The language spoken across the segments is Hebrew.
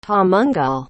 Pamungal.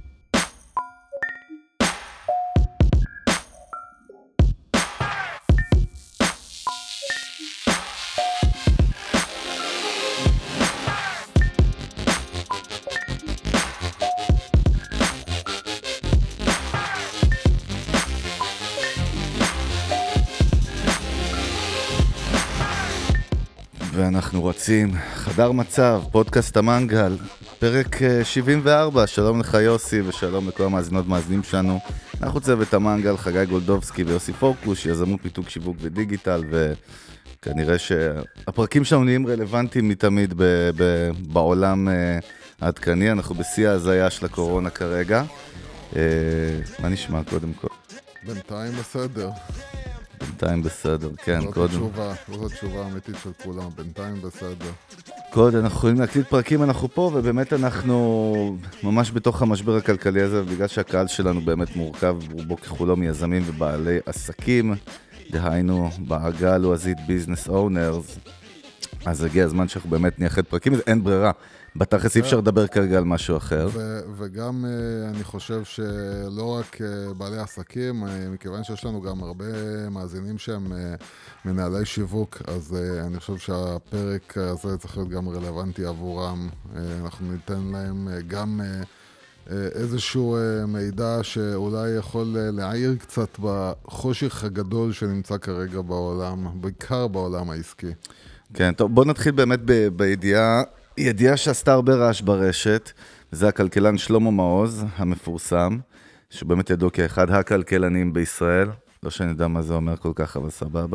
ואנחנו רצים, חדר מצב, פודקאסט המנגל, פרק 74, שלום לך יוסי ושלום לכל המאזינות מאזינים שלנו. אנחנו צוות המנגל, חגי גולדובסקי ויוסי פורקוש, יזמות מיתוג שיווק ודיגיטל, וכנראה שהפרקים שלנו נהיים רלוונטיים מתמיד בעולם העדכני. אנחנו בשיא ההזיה של הקורונה כרגע. מה נשמע קודם כל? בינתיים בסדר. בינתיים בסדר, כן, קודם. זאת תשובה אמיתית של כולם, בינתיים בסדר. קודם, אנחנו יכולים להקליט פרקים, אנחנו פה, ובאמת אנחנו ממש בתוך המשבר הכלכלי הזה, בגלל שהקהל שלנו באמת מורכב, רובו ככולו מיזמים ובעלי עסקים, דהיינו בעגה הלועזית ביזנס אונרס, אז הגיע הזמן שאנחנו באמת נייחד פרקים, אין ברירה. בתכלס אי אפשר לדבר כרגע על משהו אחר. וגם אני חושב שלא רק בעלי עסקים, מכיוון שיש לנו גם הרבה מאזינים שהם מנהלי שיווק, אז אני חושב שהפרק הזה צריך להיות גם רלוונטי עבורם. אנחנו ניתן להם גם איזשהו מידע שאולי יכול להעיר קצת בחושך הגדול שנמצא כרגע בעולם, בעיקר בעולם העסקי. כן, טוב, בוא נתחיל באמת ידיעה שעשתה הרבה רעש ברשת, זה הכלכלן שלמה מעוז המפורסם, שבאמת ידעו כאחד הכלכלנים בישראל, לא שאני יודע מה זה אומר כל כך, אבל סבבה.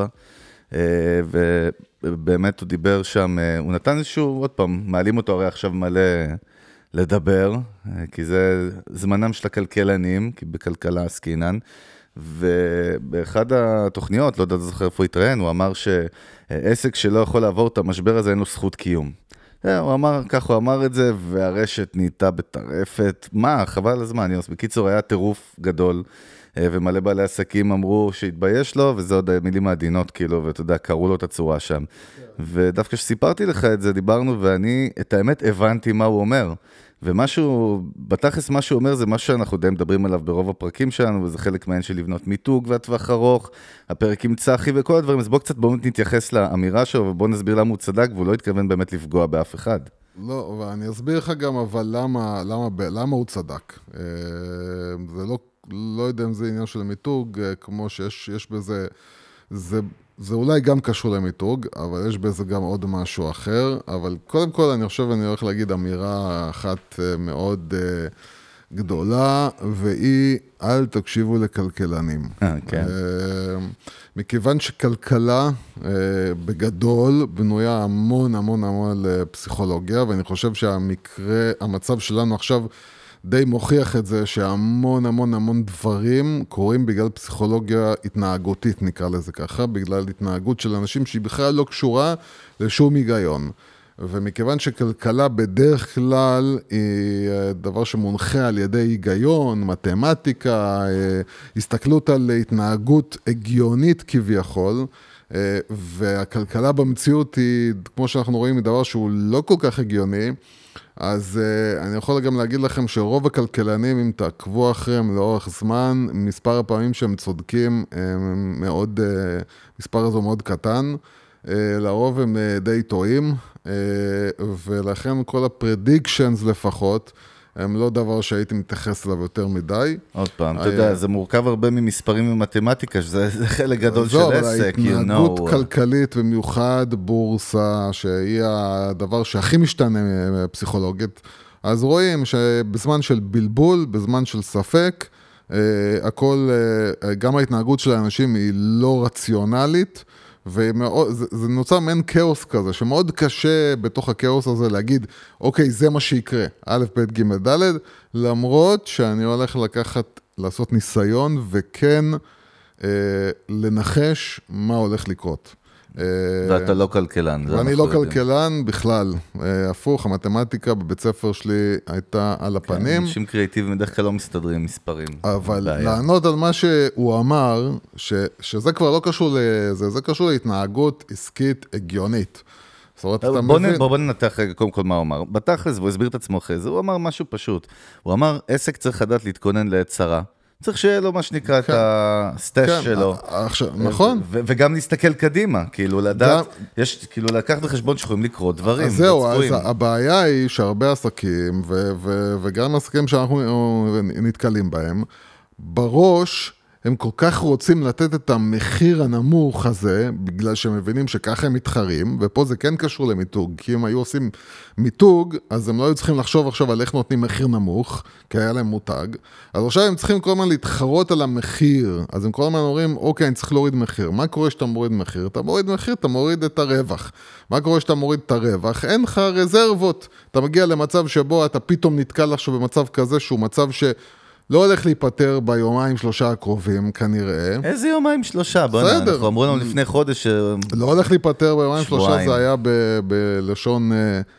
ובאמת הוא דיבר שם, הוא נתן איזשהו, עוד פעם, מעלים אותו הרי עכשיו מלא לדבר, כי זה זמנם של הכלכלנים, כי בכלכלה עסקינן, ובאחד התוכניות, לא יודע זוכר איפה הוא התראיין, הוא אמר שעסק שלא יכול לעבור את המשבר הזה, אין לו זכות קיום. הוא אמר, כך הוא אמר את זה, והרשת נהייתה בטרפת. מה? חבל הזמן, יוס. בקיצור, היה טירוף גדול, ומלא בעלי עסקים אמרו שהתבייש לו, וזה עוד מילים העדינות, כאילו, ואתה יודע, קראו לו את הצורה שם. ודווקא שסיפרתי לך את זה, דיברנו, ואני, את האמת, הבנתי מה הוא אומר. ומשהו, בתכלס מה שהוא אומר זה משהו שאנחנו די מדברים עליו ברוב הפרקים שלנו, וזה חלק מהן של לבנות מיתוג והטווח ארוך, הפרק עם צחי וכל הדברים, אז בואו נתייחס לאמירה שלו, ובואו נסביר למה הוא צדק, והוא לא התכוון באמת לפגוע באף אחד. לא, ואני אסביר לך גם, אבל למה הוא צדק. זה לא יודע אם זה עניין של מיתוג, כמו שיש בזה, זה אולי גם קשור למיתוג, אבל יש בזה גם עוד משהו אחר, אבל קודם כל אני חושב אני הולך להגיד אמירה אחת מאוד גדולה, והיא אל תקשיבו לכלכלנים. כן. מכיוון שכלכלה בגדול בנויה המון לפסיכולוגיה, ואני חושב המצב שלנו עכשיו די מוכיח את זה שהמון דברים קורים בגלל פסיכולוגיה התנהגותית, נקרא לזה ככה, בגלל התנהגות של אנשים שהיא בכלל לא קשורה לשום היגיון. ומכיוון שכלכלה בדרך כלל היא דבר שמונחה על ידי היגיון, מתמטיקה, הסתכלות על התנהגות הגיונית כביכול, והכלכלה במציאות היא, כמו שאנחנו רואים, היא דבר שהוא לא כל כך הגיוני, אז אני יכול גם להגיד לכם שרוב הכלכלנים, אם תעקבו אחריהם לאורך זמן, מספר הפעמים שהם צודקים, מספר הזה מאוד קטן, לרוב הם די טועים, ולכן כל הפרדיקשנס לפחות, הם לא דבר שהייתי מתייחס אליו יותר מדי. עוד פעם, אתה יודע, זה מורכב הרבה ממספרים ומתמטיקה, שזה חלק גדול של עסק, you know. ההתנהגות כלכלית במיוחד בורסה, שהיא הדבר שהכי משתנה פסיכולוגית, אז רואים שבזמן של בלבול, בזמן של ספק, הכל, גם ההתנהגות של האנשים היא לא רציונלית, וזה נוצר מעין כאוס כזה, שמאוד קשה בתוך הכאוס הזה להגיד, אוקיי, זה מה שיקרה, א', ב', ג', ד', למרות שאני הולך לעשות ניסיון, וכן לנחש מה הולך לקרות. ואתה לא כלכלן. ואני לא כלכלן בכלל. הפוך, המתמטיקה בבית ספר שלי הייתה על הפנים. אנשים קריאטיביים בדרך כלל לא מסתדרים עם מספרים. אבל לענות על מה שהוא אמר, שזה כבר לא קשור לזה, זה קשור להתנהגות עסקית הגיונית. זאת אומרת, אתה מבין... בוא ננתח רגע קודם כל מה הוא אמר. בתכלס, והוא הסביר את עצמו אחרי זה, הוא אמר משהו פשוט. הוא אמר, עסק צריך לדעת להתכונן לעת צרה. צריך שיהיה לו מה שנקרא את הסטש שלו. נכון. וגם להסתכל קדימה, כאילו לדעת, יש כאילו לקחת בחשבון שיכולים לקרות דברים. אז זהו, אז הבעיה היא שהרבה עסקים, וגם עסקים שאנחנו נתקלים בהם, בראש הם כל כך רוצים לתת את המחיר הנמוך הזה, בגלל שהם מבינים שככה הם מתחרים, ופה זה כן קשור למיתוג, כי אם היו עושים מיתוג, אז הם לא היו צריכים לחשוב עכשיו על איך נותנים מחיר נמוך, כי היה להם מותג, אז עכשיו הם צריכים כל הזמן להתחרות על המחיר, אז הם כל הזמן אומרים, אוקיי, אני צריך להוריד מחיר. מה קורה שאתה מוריד מחיר? אתה מוריד מחיר, אתה מוריד את הרווח. מה קורה שאתה מוריד את הרווח? אין לך רזרבות. אתה מגיע למצב שבו אתה פתאום נתקל עכשיו במצב כזה, שהוא מצב לא הולך להיפטר ביומיים שלושה הקרובים, כנראה. איזה יומיים שלושה? בסדר. אנחנו אמרו לנו לפני חודש... לא הולך להיפטר ביומיים שלושה, זה היה בלשון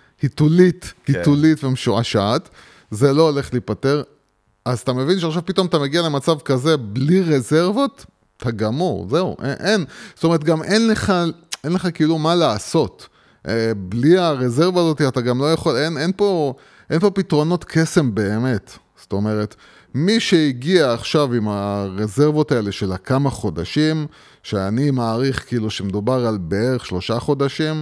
היתולית ומשועשעת. זה לא הולך להיפטר. אז אתה מבין שעכשיו פתאום אתה מגיע למצב כזה בלי רזרבות, אתה גמור, זהו, אין. זאת אומרת, גם אין לך כאילו מה לעשות. בלי הרזרבה הזאת אתה גם לא יכול, אין פה פתרונות קסם באמת. זאת אומרת, מי שהגיע עכשיו עם הרזרבות האלה של הכמה חודשים, שאני מעריך כאילו שמדובר על בערך 3 חודשים,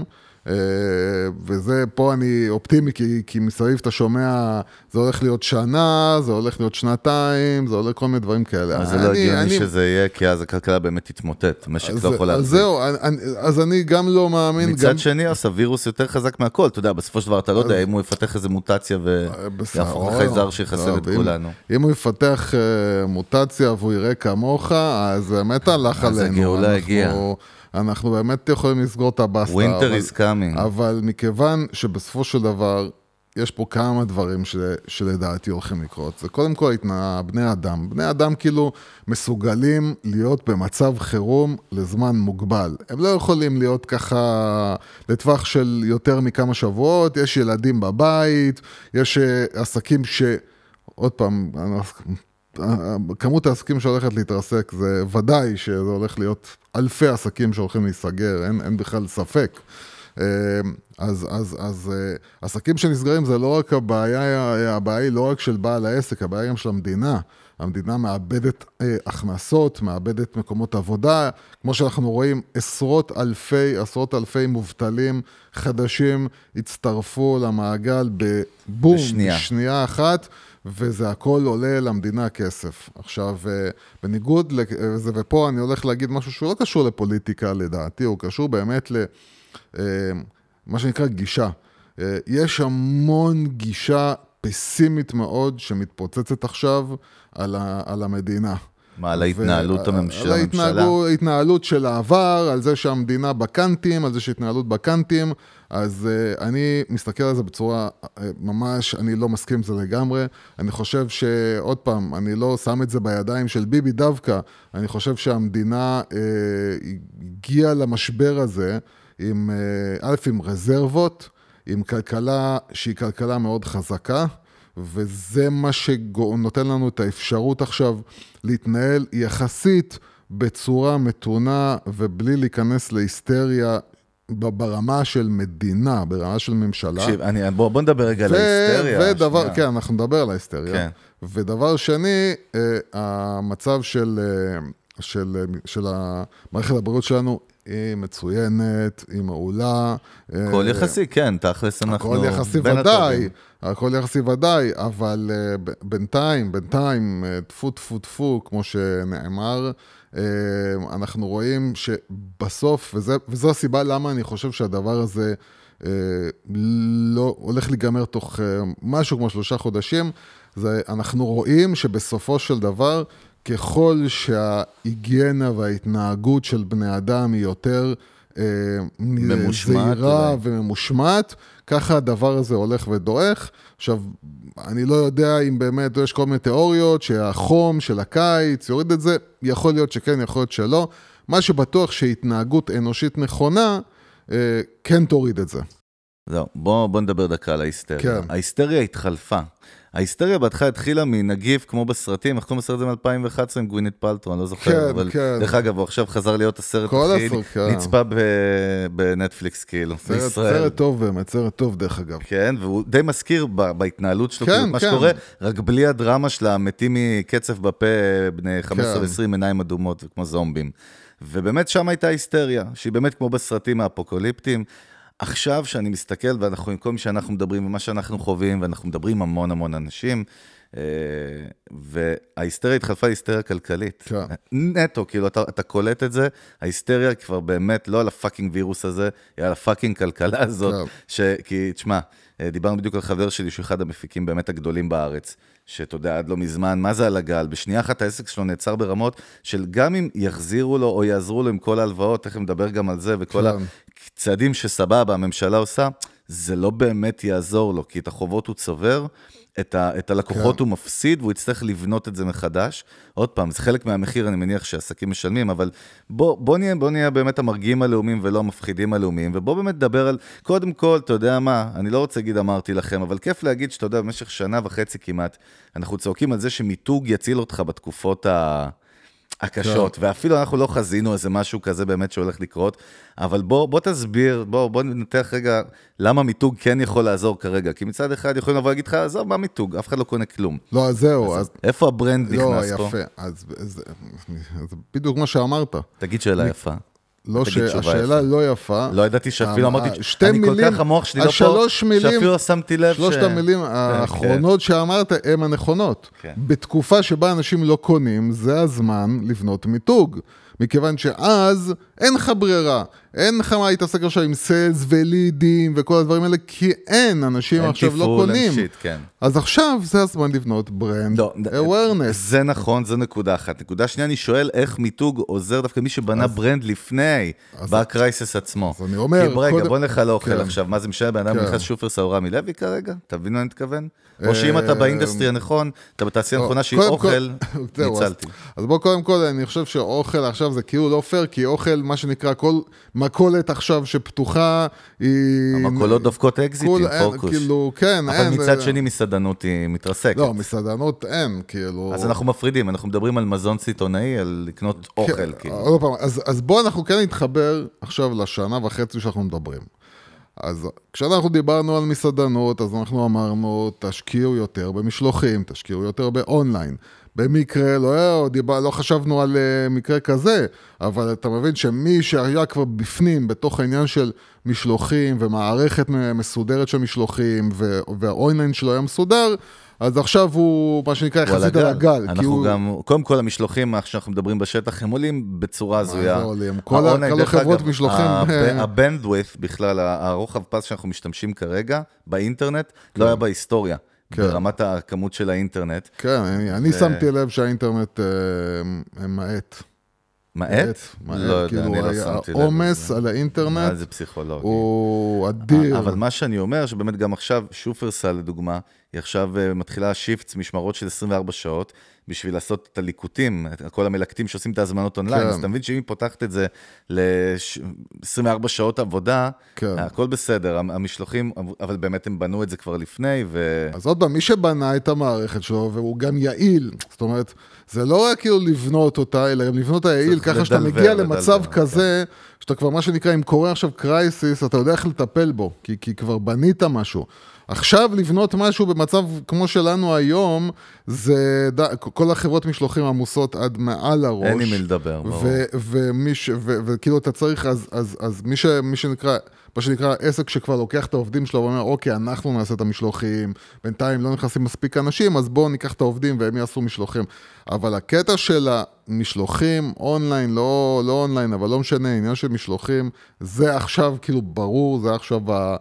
וזה פה אני אופטימי, כי מסביב אתה שומע, זה הולך להיות שנה, זה הולך להיות שנתיים, זה הולך כל מיני דברים כאלה. אז זה לא הגיוני שזה יהיה, כי אז הכלכלה באמת תתמוטט, המשק לא יכול להחזיק. אז זהו, אז אני גם לא מאמין. מצד שני, אז הווירוס יותר חזק מהכל, אתה יודע, בסופו של דבר אתה לא יודע, אם הוא יפתח איזו מוטציה ויהפוך לחייזר שיחסל את כולנו. אם הוא יפתח מוטציה והוא יראה כמוך, אז באמת הלך עלינו. אז הגאולה הגיעה. אנחנו באמת יכולים לסגור את הבסטה. Winter is coming. אבל מכיוון שבסופו של דבר, יש פה כמה דברים שלדעתי הולכים לקרות. זה קודם כל בני אדם. בני אדם כאילו מסוגלים להיות במצב חירום לזמן מוגבל. הם לא יכולים להיות ככה לטווח של יותר מכמה שבועות. יש ילדים בבית, יש עסקים עוד פעם, כמות העסקים שהולכת להתרסק, זה ודאי שזה הולך להיות אלפי עסקים שהולכים להיסגר, אין בכלל ספק. אז עסקים שנסגרים זה לא רק הבעיה היא לא רק של בעל העסק, הבעיה גם של המדינה. המדינה מאבדת הכנסות, מאבדת מקומות עבודה, כמו שאנחנו רואים עשרות אלפי מובטלים חדשים הצטרפו למעגל בבום, בשנייה אחת, וזה הכל עולה למדינה כסף. עכשיו, בניגוד לזה, ופה אני הולך להגיד משהו שהוא לא קשור לפוליטיקה לדעתי, הוא קשור באמת מה שנקרא גישה. יש המון גישה פסימית מאוד שמתפוצצת עכשיו על המדינה. מה, על ההתנהלות הממשלה? על ההתנהלות של העבר, על זה שהמדינה בקנטים, על זה שהתנהלות בקנטים, אז אני מסתכל על זה בצורה ממש, אני לא מסכים עם זה לגמרי, אני חושב שעוד פעם, אני לא שם את זה בידיים של ביבי דווקא, אני חושב שהמדינה הגיעה למשבר הזה עם רזרבות, עם כלכלה שהיא כלכלה מאוד חזקה, וזה מה שנותן לנו את האפשרות עכשיו להתנהל יחסית בצורה מתונה ובלי להיכנס להיסטריה ברמה של מדינה, ברמה של ממשלה. תקשיב, בוא נדבר רגע על ההיסטריה. כן, אנחנו נדבר על ההיסטריה. כן. ודבר שני, המצב של מערכת הבריאות שלנו, היא מצוינת, היא מעולה. הכל יחסי, כן, תכלס אנחנו... הכל יחסי ודאי, הכל יחסי ודאי, אבל בינתיים, טפו, כמו שנאמר, אנחנו רואים שבסוף, וזו הסיבה למה אני חושב שהדבר הזה לא הולך להיגמר תוך משהו כמו 3 חודשים, אנחנו רואים שבסופו של דבר, ככל שההיגיינה וההתנהגות של בני אדם היא יותר זהירה וממושמעת, ככה הדבר הזה הולך ודועך. עכשיו, אני לא יודע אם באמת יש כל מיני תיאוריות שהחום של הקיץ יוריד את זה, יכול להיות שכן, יכול להיות שלא. מה שבטוח שהתנהגות אנושית נכונה, כן תוריד את זה. זהו, בוא נדבר דקה על ההיסטריה. כן. ההיסטריה התחלפה. ההיסטריה בהתחלה התחילה מנגיף כמו בסרטים, איך קוראים לסרט הזה מ-2011 עם גווינית פלטרו, אני לא זוכר, כן, אבל כן. דרך אגב, הוא עכשיו חזר להיות הסרט הכי נצפה בנטפליקס, כאילו, בישראל. סרט טוב באמת, סרט טוב דרך אגב. כן, והוא די מזכיר בהתנהלות שלו, כאילו, מה שקורה, רק בלי הדרמה של המתים מקצף בפה, בני 15 ו-20 עיניים אדומות, כמו זומבים. ובאמת שם הייתה היסטריה, שהיא באמת כמו בסרטים האפוקוליפטיים. עכשיו שאני מסתכל, ואנחנו עם כל מי שאנחנו מדברים, ומה שאנחנו חווים, ואנחנו מדברים המון המון אנשים, וההיסטריה התחלפה להיסטריה כלכלית. נטו, כאילו, אתה קולט את זה, ההיסטריה כבר באמת לא על הפאקינג וירוס הזה, אלא על הפאקינג כלכלה הזאת, כי, תשמע, דיברנו בדיוק על חבר שלי, שהוא אחד המפיקים באמת הגדולים בארץ, שאתה יודע, עד לא מזמן, מה זה על הגל? בשנייה אחת העסק שלו נעצר ברמות של גם אם יחזירו לו או יעזרו לו עם כל ההלוואות, תכף נדבר גם על זה, וכל הצעדים שסבבה, הממשלה עושה, זה לא באמת יעזור לו, כי את החובות הוא צובר, את הלקוחות הוא מפסיד, והוא יצטרך לבנות את זה מחדש. עוד פעם, זה חלק מהמחיר, אני מניח שעסקים משלמים, אבל בוא נהיה באמת המרגיעים הלאומיים ולא המפחידים הלאומיים, ובוא באמת נדבר על, קודם כל, אתה יודע מה, אני לא רוצה להגיד אמרתי לכם, אבל כיף להגיד שאתה יודע, במשך שנה וחצי כמעט, אנחנו צועקים על זה שמיתוג יציל אותך בתקופות הקשות, ואפילו אנחנו לא חזינו איזה משהו כזה באמת שהולך לקרות, אבל בוא תסביר, בוא נתח רגע למה מיתוג כן יכול לעזור כרגע, כי מצד אחד יכולים לבוא להגיד לך, עזוב, מה מיתוג? אף אחד לא קונה כלום. לא, אז זהו. איפה הברנד נכנס פה? לא, יפה, אז בדיוק מה שאמרת. תגיד שאלה יפה. לא, השאלה לא יפה. לא ידעתי שאפילו אמרתי, אני כל כך המוח שלי לא פה, שאפילו לא שמתי לב. שלושת המילים האחרונות שאמרת הן הנכונות. בתקופה שבה אנשים לא קונים, זה הזמן לבנות מיתוג. מכיוון שאז אין לך ברירה, אין לך מה להתעסק עכשיו עם סיילס ולידים וכל הדברים האלה, כי אין, אנשים עכשיו לא קונים. אז עכשיו זה הזמן לבנות ברנד awareness. זה נכון, זה נקודה אחת. נקודה שנייה, אני שואל איך מיתוג עוזר דווקא מי שבנה ברנד לפני, בקרייסס עצמו. אז אני אומר... כי רגע, בוא נלך לאוכל עכשיו, מה זה משנה, בן אדם נכנס שופרסל או רמי לוי כרגע? תבין מה אני מתכוון? או שאם אתה באינדסטרי הנכון, אתה בתעשייה הנכונה שהיא אוכל, ניצלתי. אז בוא קודם כל, אני חושב שאוכל עכשיו זה כאילו לא פייר, כי אוכל, מה שנקרא, כל מכולת עכשיו שפתוחה, היא... המכולות דופקות אקזיטים, פוקוס. כאילו, כן, אבל מצד שני מסעדנות היא מתרסקת. לא, מסעדנות אין, כאילו... אז אנחנו מפרידים, אנחנו מדברים על מזון סיטונאי, על לקנות אוכל, כאילו. אז בוא אנחנו כן נתחבר עכשיו לשנה וחצי שאנחנו מדברים. אז כשאנחנו דיברנו על מסעדנות, אז אנחנו אמרנו, תשקיעו יותר במשלוחים, תשקיעו יותר באונליין. במקרה, לא חשבנו על מקרה כזה, אבל אתה מבין שמי שהיה כבר בפנים, בתוך העניין של משלוחים ומערכת מסודרת של משלוחים, והאונליין שלו היה מסודר, אז עכשיו הוא, מה שנקרא, יחסית על הגל. אנחנו גם, קודם כל המשלוחים, שאנחנו מדברים בשטח, הם עולים בצורה הזויה. כל החברות משלוחים... הבנדווית' בכלל, הרוחב פס שאנחנו משתמשים כרגע, באינטרנט, לא היה בהיסטוריה. ברמת הכמות של האינטרנט. כן, אני שמתי לב שהאינטרנט מעט. מעט? לא יודע, אני לא שמתי לב. העומס על האינטרנט זה פסיכולוגי. הוא אדיר. אבל מה שאני אומר, שבאמת גם עכשיו, שופרסל לדוגמה, היא עכשיו מתחילה שיפטס, משמרות של 24 שעות, בשביל לעשות את הליקוטים, כל המלקטים שעושים את ההזמנות אונליין, אז אתה מבין שאם היא פותחת את זה ל-24 שעות עבודה, הכל בסדר, המשלוחים, אבל באמת הם בנו את זה כבר לפני, אז עוד פעם, מי שבנה את המערכת שלו, והוא גם יעיל, זאת אומרת, זה לא רק כאילו לבנות אותה, אלא גם לבנות היעיל, ככה שאתה מגיע למצב כזה, שאתה כבר מה שנקרא, אם קורה עכשיו קרייסיס, אתה יודע איך לטפל בו, כי כבר בנית משהו. עכשיו לבנות משהו במצב כמו שלנו היום, זה כל החברות משלוחים עמוסות עד מעל הראש. אין עם מי לדבר, ברור. וכאילו אתה צריך, אז מי שנקרא, מה שנקרא עסק שכבר לוקח את העובדים שלו, ואומר, אוקיי, אנחנו נעשה את המשלוחים, בינתיים לא נכנסים מספיק אנשים, אז בואו ניקח את העובדים והם יעשו משלוחים. אבל הקטע של המשלוחים, אונליין, לא אונליין, אבל לא משנה, עניין של משלוחים, זה עכשיו כאילו ברור, זה עכשיו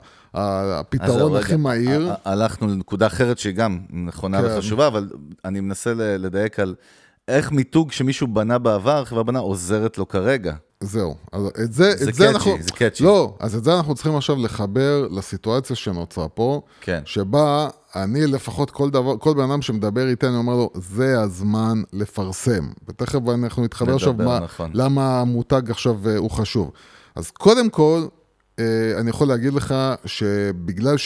הפתרון הכי מהיר. הלכנו לנקודה אחרת שהיא גם נכונה וחשובה, אבל אני מנסה לדייק על איך מיתוג שמישהו בנה בעבר, חברה בנה עוזרת לו כרגע. זהו, אז זה קאצ'י. לא, אז את זה אנחנו צריכים עכשיו לחבר לסיטואציה שנוצרה פה, שבה אני לפחות כל בן אדם שמדבר איתי, אני אומר לו, זה הזמן לפרסם. ותכף אנחנו נתחבר עכשיו למה המותג עכשיו הוא חשוב. אז קודם כל, אני יכול להגיד לך שבגלל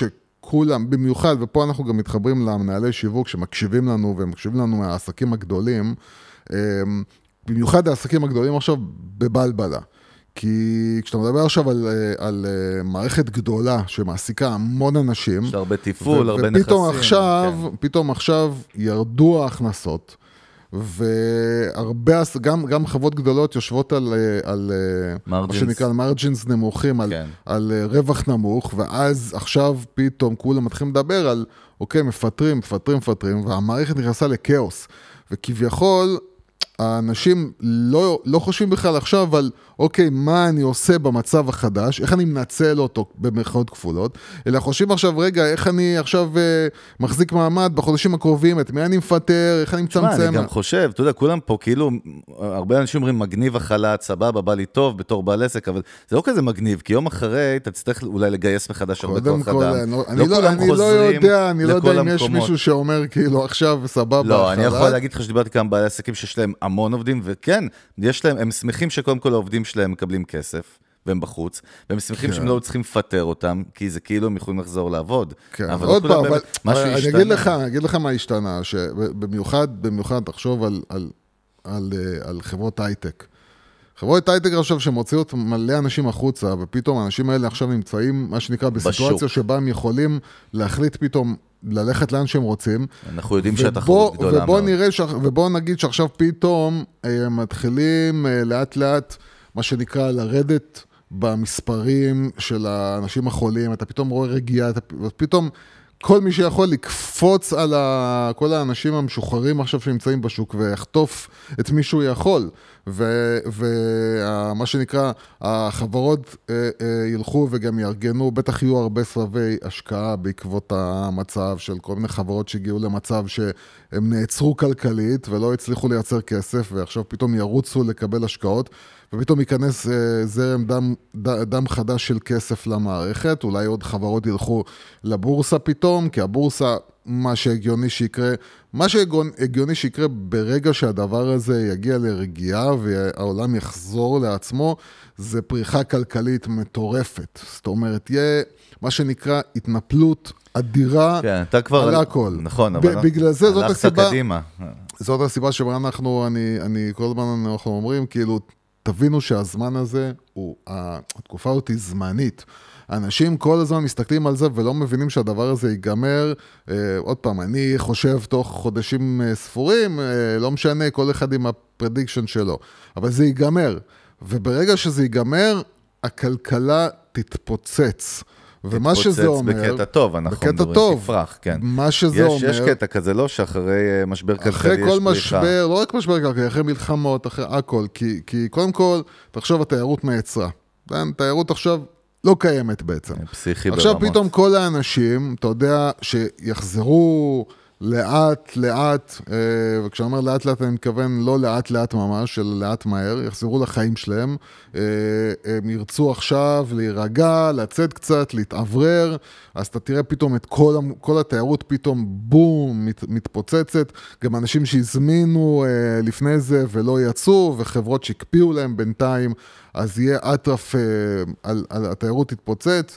כולם, במיוחד, ופה אנחנו גם מתחברים למנהלי שיווק שמקשיבים לנו, והם מקשיבים לנו מהעסקים הגדולים, במיוחד העסקים הגדולים עכשיו בבלבלה. כי כשאתה מדבר עכשיו על מערכת גדולה שמעסיקה המון אנשים, יש הרבה טיפול, הרבה נכסים. פתאום עכשיו ירדו ההכנסות, והרבה, גם חברות גדולות יושבות על מה שנקרא מרג'ינס נמוכים, על רווח נמוך, ואז עכשיו פתאום כולם מתחילים לדבר על, אוקיי, מפטרים, והמערכת נכנסה לקאוס, וכביכול, האנשים לא חושבים בכלל עכשיו על, אוקיי, מה אני עושה במצב החדש, איך אני מנצל אותו במרכאות כפולות, אלא חושבים עכשיו, רגע, איך אני עכשיו מחזיק מעמד בחודשים הקרובים, את מי אני מפטר, איך אני מצמצם. אני גם חושב, אתה יודע, כולם פה כאילו, הרבה אנשים אומרים, מגניב החלט, סבבה, בא לי טוב בתור בעל עסק, אבל זה לא כזה מגניב, כי יום אחרי אתה תצטרך אולי לגייס מחדש הרבה כוח אדם. אני לא יודע אם יש מישהו שאומר כאילו עכשיו סבבה. לא, אני יכול להגיד לך שדיברתי כמה בעלי עסקים שיש להם המון עובדים, וכן, יש להם, הם שמחים שקודם כל העובדים שלהם מקבלים כסף, והם בחוץ, והם שמחים שהם לא צריכים לפטר אותם, כי זה כאילו הם יכולים לחזור לעבוד. אבל עוד פעם, אני אגיד לך מה השתנה, שבמיוחד תחשוב על חברות הייטק. חברות הייטק עכשיו שמוציאות מלא אנשים החוצה, ופתאום האנשים האלה עכשיו נמצאים, מה שנקרא, בסיטואציה שבה הם יכולים להחליט פתאום ללכת לאן שהם רוצים. אנחנו יודעים שהתחרות גדולה מאוד. ובואו נגיד שעכשיו פתאום מתחילים לאט לאט, מה שנקרא, לרדת במספרים של האנשים החולים, אתה פתאום רואה רגיעה, פתאום כל מי שיכול לקפוץ על כל האנשים המשוחררים עכשיו שנמצאים בשוק, ויחטוף את מי שהוא יכול. ומה שנקרא, החברות ילכו וגם יארגנו, בטח יהיו הרבה סבבי השקעה בעקבות המצב של כל מיני חברות שהגיעו למצב שהם נעצרו כלכלית ולא הצליחו לייצר כסף, ועכשיו פתאום ירוצו לקבל השקעות, ופתאום ייכנס זרם דם חדש של כסף למערכת, אולי עוד חברות ילכו לבורסה פתאום, כי הבורסה, מה שהגיוני שיקרה ברגע שהדבר הזה יגיע לרגיעה והעולם יחזור לעצמו, זה פריחה כלכלית מטורפת. זאת אומרת, יהיה מה שנקרא התנפלות אדירה על הכל. נכון, אבל בגלל זה זאת הסיבה, קדימה. זאת הסיבה שבה אני כל הזמן אנחנו אומרים, כאילו, תבינו שהזמן הזה, התקופה הזאת היא זמנית. אנשים כל הזמן מסתכלים על זה ולא מבינים שהדבר הזה ייגמר. עוד פעם, אני חושב תוך חודשים ספורים, לא משנה, כל אחד עם הפרדיקשן שלו. אבל זה ייגמר. וברגע שזה ייגמר, הכלכלה תתפוצץ. ומה שזה אומר... בקטע טוב, אנחנו מדברים תפרח, כן. מה שזה אומר... יש קטע כזה, לא שאחרי משבר כלכלי יש פריחה. אחרי כל משבר, לא רק משבר כלכלי, אחרי מלחמות, אחרי הכל. כי קודם כל, תחשוב, התיירות נעצרה. תיירות עכשיו לא קיימת בעצם. פסיכי עכשיו ברמות. פתאום כל האנשים, אתה יודע, שיחזרו לאט לאט, וכשאני אומר לאט לאט אני מתכוון לא לאט לאט ממש, אלא לאט מהר, יחזרו לחיים שלהם, הם ירצו עכשיו להירגע, לצאת קצת, להתעברר, אז אתה תראה פתאום את כל התיירות פתאום בום, מתפוצצת, גם אנשים שהזמינו לפני זה ולא יצאו, וחברות שהקפיאו להם בינתיים, אז יהיה אטרף על התיירות תתפוצץ,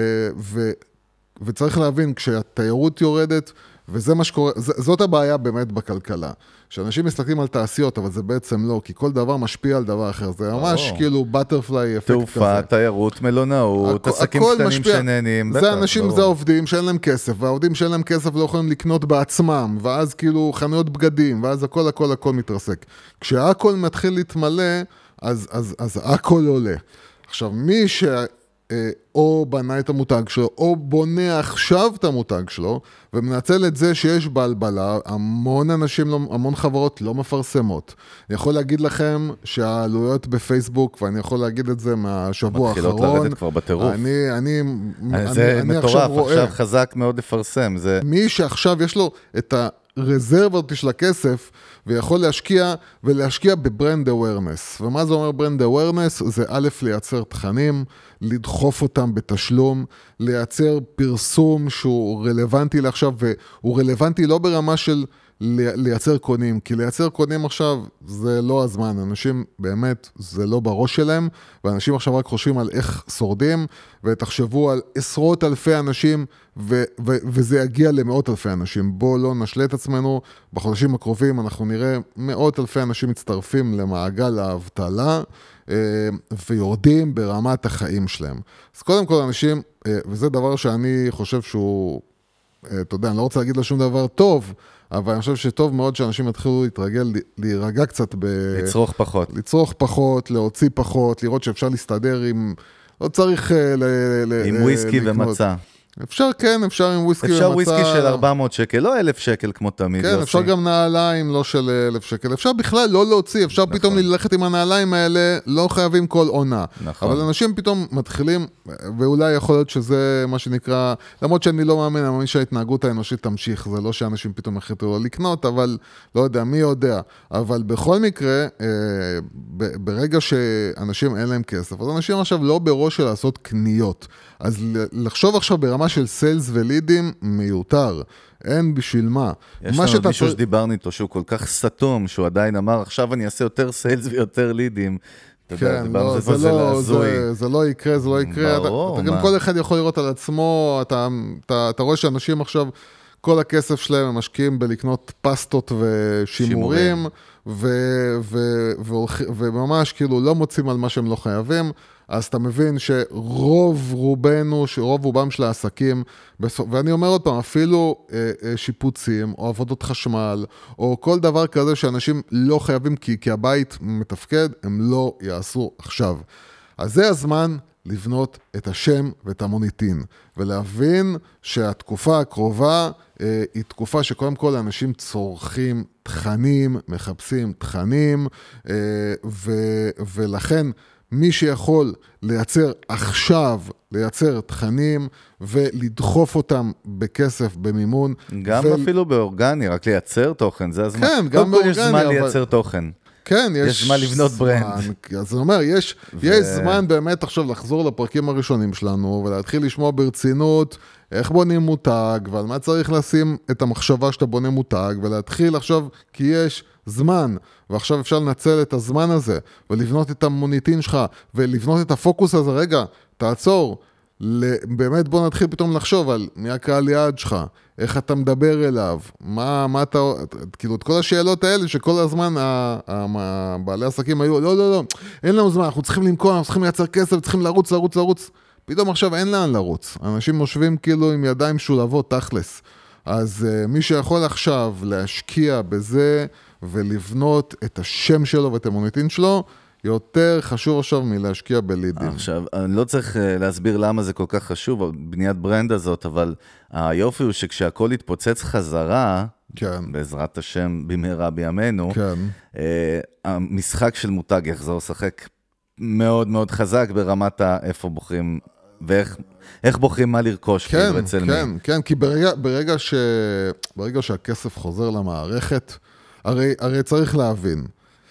וצריך להבין, כשהתיירות יורדת, וזה מה שקורה, זאת הבעיה באמת בכלכלה. שאנשים מסתכלים על תעשיות, אבל זה בעצם לא, כי כל דבר משפיע על דבר אחר. זה ממש כאילו בטרפליי אפקט כזה. תעופה, תיירות, מלונאות, עסקים קטנים שנהנים. זה אנשים, זה עובדים שאין להם כסף, והעובדים שאין להם כסף לא יכולים לקנות בעצמם, ואז כאילו חנויות בגדים, ואז הכל מתרסק. כשהכל מתחיל להתמלא, אז הכל עולה. עכשיו, מי או בנה את המותג שלו, או בונה עכשיו את המותג שלו, ומנצל את זה שיש בלבלה, המון אנשים, המון חברות לא מפרסמות. אני יכול להגיד לכם שהעלויות בפייסבוק, ואני יכול להגיד את זה מהשבוע האחרון. מתחילות לרדת כבר בטירוף. זה מטורף, עכשיו חזק מאוד לפרסם. מי שעכשיו יש לו את הרזרבות של הכסף, ויכול להשקיע בברנד אווירנס. ומה זה אומר ברנד אווירנס? זה א', לייצר תכנים, לדחוף אותם בתשלום, לייצר פרסום שהוא רלוונטי לעכשיו, והוא רלוונטי לא ברמה של לייצר קונים, כי לייצר קונים עכשיו זה לא הזמן, אנשים באמת זה לא בראש שלהם, ואנשים עכשיו רק חושבים על איך שורדים, ותחשבו על עשרות אלפי אנשים, וזה יגיע למאות אלפי אנשים. בואו לא נשלה את עצמנו, בחודשים הקרובים אנחנו נראה מאות אלפי אנשים מצטרפים למעגל האבטלה, ויורדים ברמת החיים שלהם. אז קודם כל אנשים, וזה דבר שאני חושב שהוא, אתה יודע, אני לא רוצה להגיד לו שום דבר טוב, אבל אני חושב שטוב מאוד שאנשים יתחילו להתרגל, להירגע קצת לצרוך פחות. לצרוך פחות, להוציא פחות, לראות שאפשר להסתדר עם, לא צריך עם וויסקי ומצה. אפשר, כן, אפשר עם וויסקי ומצה. אפשר וויסקי של 400 שקל, לא 1,000 שקל כמו תמיד. כן, אפשר גם נעליים, לא של 1,000 שקל. אפשר בכלל לא להוציא, אפשר פתאום ללכת עם הנעליים האלה, לא חייבים כל עונה. נכון. אבל אנשים פתאום מתחילים, ואולי יכול להיות שזה מה שנקרא, למרות שאני לא מאמין, אני מאמין שההתנהגות האנושית תמשיך, זה לא שאנשים פתאום החליטו לא לקנות, אבל לא יודע, מי יודע. אבל בכל מקרה, ברגע שאנשים אין להם כסף, אז אנשים עכשיו לא בראש של לעשות קניות. אז לחשוב עכשיו ברמה של סיילס ולידים מיותר. אין בשביל מה. יש לנו מישהו שדיברנו איתו שהוא כל כך סתום, שהוא עדיין אמר, עכשיו אני אעשה יותר סיילס ויותר לידים. כן, זה לא יקרה, זה לא יקרה. ברור, גם כל אחד יכול לראות על עצמו, אתה רואה שאנשים עכשיו, כל הכסף שלהם הם משקיעים בלקנות פסטות ושימורים, וממש כאילו לא מוצאים על מה שהם לא חייבים, אז אתה מבין שרוב רובם של העסקים, ואני אומר עוד פעם, אפילו שיפוצים, או עבודות חשמל, או כל דבר כזה שאנשים לא חייבים, כי הבית מתפקד, הם לא יעשו עכשיו. אז זה הזמן לבנות את השם ואת המוניטין, ולהבין שהתקופה הקרובה היא תקופה שקודם כל אנשים צורכים תכנים, מחפשים תכנים, ולכן מי שיכול לייצר עכשיו, לייצר תכנים ולדחוף אותם בכסף, במימון. גם אפילו באורגני, רק לייצר תוכן, זה הזמן. כן, גם באורגני. יש זמן לייצר תוכן. כן, יש זמן לבנות ברנד. אז אני אומר, יש זמן באמת עכשיו לחזור לפרקים הראשונים שלנו, ולהתחיל לשמוע ברצינות איך בונים מותג, ועל מה צריך לשים את המחשבה שאתה בונה מותג, ולהתחיל עכשיו, כי יש זמן, ועכשיו אפשר לנצל את הזמן הזה, ולבנות את המוניטין שלך, ולבנות את הפוקוס הזה. רגע, תעצור, באמת בוא נתחיל פתאום לחשוב על מי הקהל יעד שלך, איך אתה מדבר אליו, מה אתה, כאילו את כל השאלות האלה שכל הזמן בעלי עסקים היו, לא, אין לנו זמן, אנחנו צריכים למכור, אנחנו צריכים לייצר כסף, צריכים לרוץ, פתאום עכשיו אין לאן לרוץ, אנשים מושבים כאילו עם ידיים שולבות תכלס, אז מי שיכול עכשיו להשקיע בזה ולבנות את השם שלו ואת המוניטין שלו, יותר חשוב עכשיו מלהשקיע בלידים. עכשיו, אני לא צריך להסביר למה זה כל כך חשוב, בניית ברנד הזאת, אבל היופי הוא שכשהכל יתפוצץ חזרה, כן. בעזרת השם במהרה בימינו, כן. המשחק של מותג יחזור לשחק מאוד מאוד חזק ברמת איפה בוחרים, ואיך בוחרים מה לרכוש. כן, כן, כי ברגע שהכסף חוזר למערכת, הרי צריך להבין,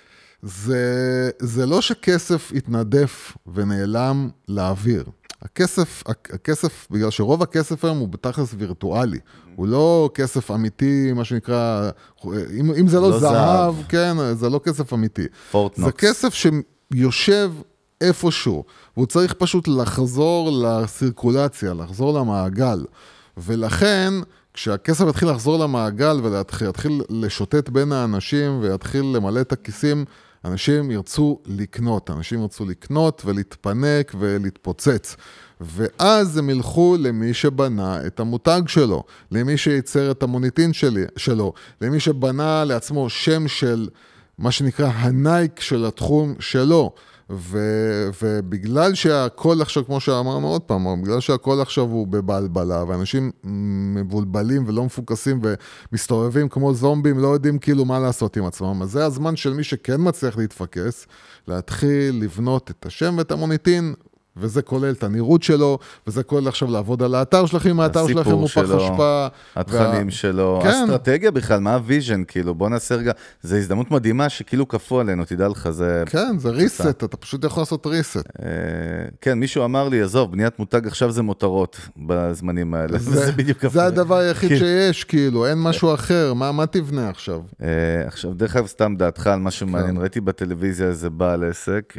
זה לא שכסף יתנדף ונעלם לאוויר. הכסף, בגלל שרוב הכסף היום הוא בתכלס וירטואלי. הוא לא כסף אמיתי, מה שנקרא, אם זה לא זהב, כן, זה לא כסף אמיתי. פורטנוקס. זה כסף שיושב איפשהו, והוא צריך פשוט לחזור לסירקולציה, לחזור למעגל. ולכן, כשהכסף יתחיל לחזור למעגל ויתחיל לשוטט בין האנשים ויתחיל למלא את הכיסים, אנשים ירצו לקנות ולהתפנק ולהתפוצץ. ואז הם ילכו למי שבנה את המותג שלו, למי שייצר את המוניטין שלו, למי שבנה לעצמו שם של מה שנקרא הנייק של התחום שלו. ובגלל שהכל עכשיו, כמו שאמרנו עוד פעם, בגלל שהכל עכשיו הוא בבלבלה, ואנשים מבולבלים ולא מפוקסים ומסתובבים כמו זומבים, לא יודעים כאילו מה לעשות עם עצמם. אז זה הזמן של מי שכן מצליח להתפקס, להתחיל לבנות את השם ואת המוניטין, וזה כולל את הנראות שלו, וזה כולל עכשיו לעבוד על האתר שלכם, האתר שלכם הוא פח אשפה. התכנים שלו, אסטרטגיה בכלל, מה הוויז'ן, כאילו, בוא נעשה רגע, זו הזדמנות מדהימה שכאילו כפו עלינו, תדע לך, זה... כן, זה ריסט, אתה פשוט יכול לעשות ריסט. כן, מישהו אמר לי, עזוב, בניית מותג עכשיו זה מותרות בזמנים האלה, וזה בדיוק זה הדבר היחיד שיש, כאילו, אין משהו אחר, מה תבנה עכשיו? עכשיו, דרך אגב, סתם דעתך על משהו מעניין, ראיתי בטלוויזיה איזה בעל עסק,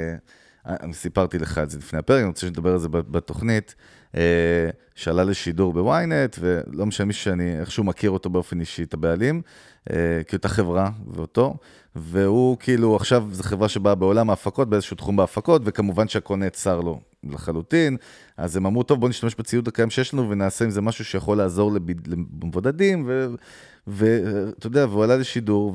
סיפרתי לך את זה לפני הפרק, אני רוצה שנדבר על זה בתוכנית, שעלה לשידור בוויינט, ולא משנה מישהו שאני איכשהו מכיר אותו באופן אישי, את הבעלים, כי אותה חברה ואותו, והוא כאילו עכשיו זו חברה שבאה בעולם ההפקות, באיזשהו תחום בהפקות, וכמובן שהכל נעצר לו לחלוטין, אז הם אמרו, טוב, בוא נשתמש בציוד הקיים שיש לנו, ונעשה עם זה משהו שיכול לעזור למבודדים, ואתה יודע, והוא עלה לשידור,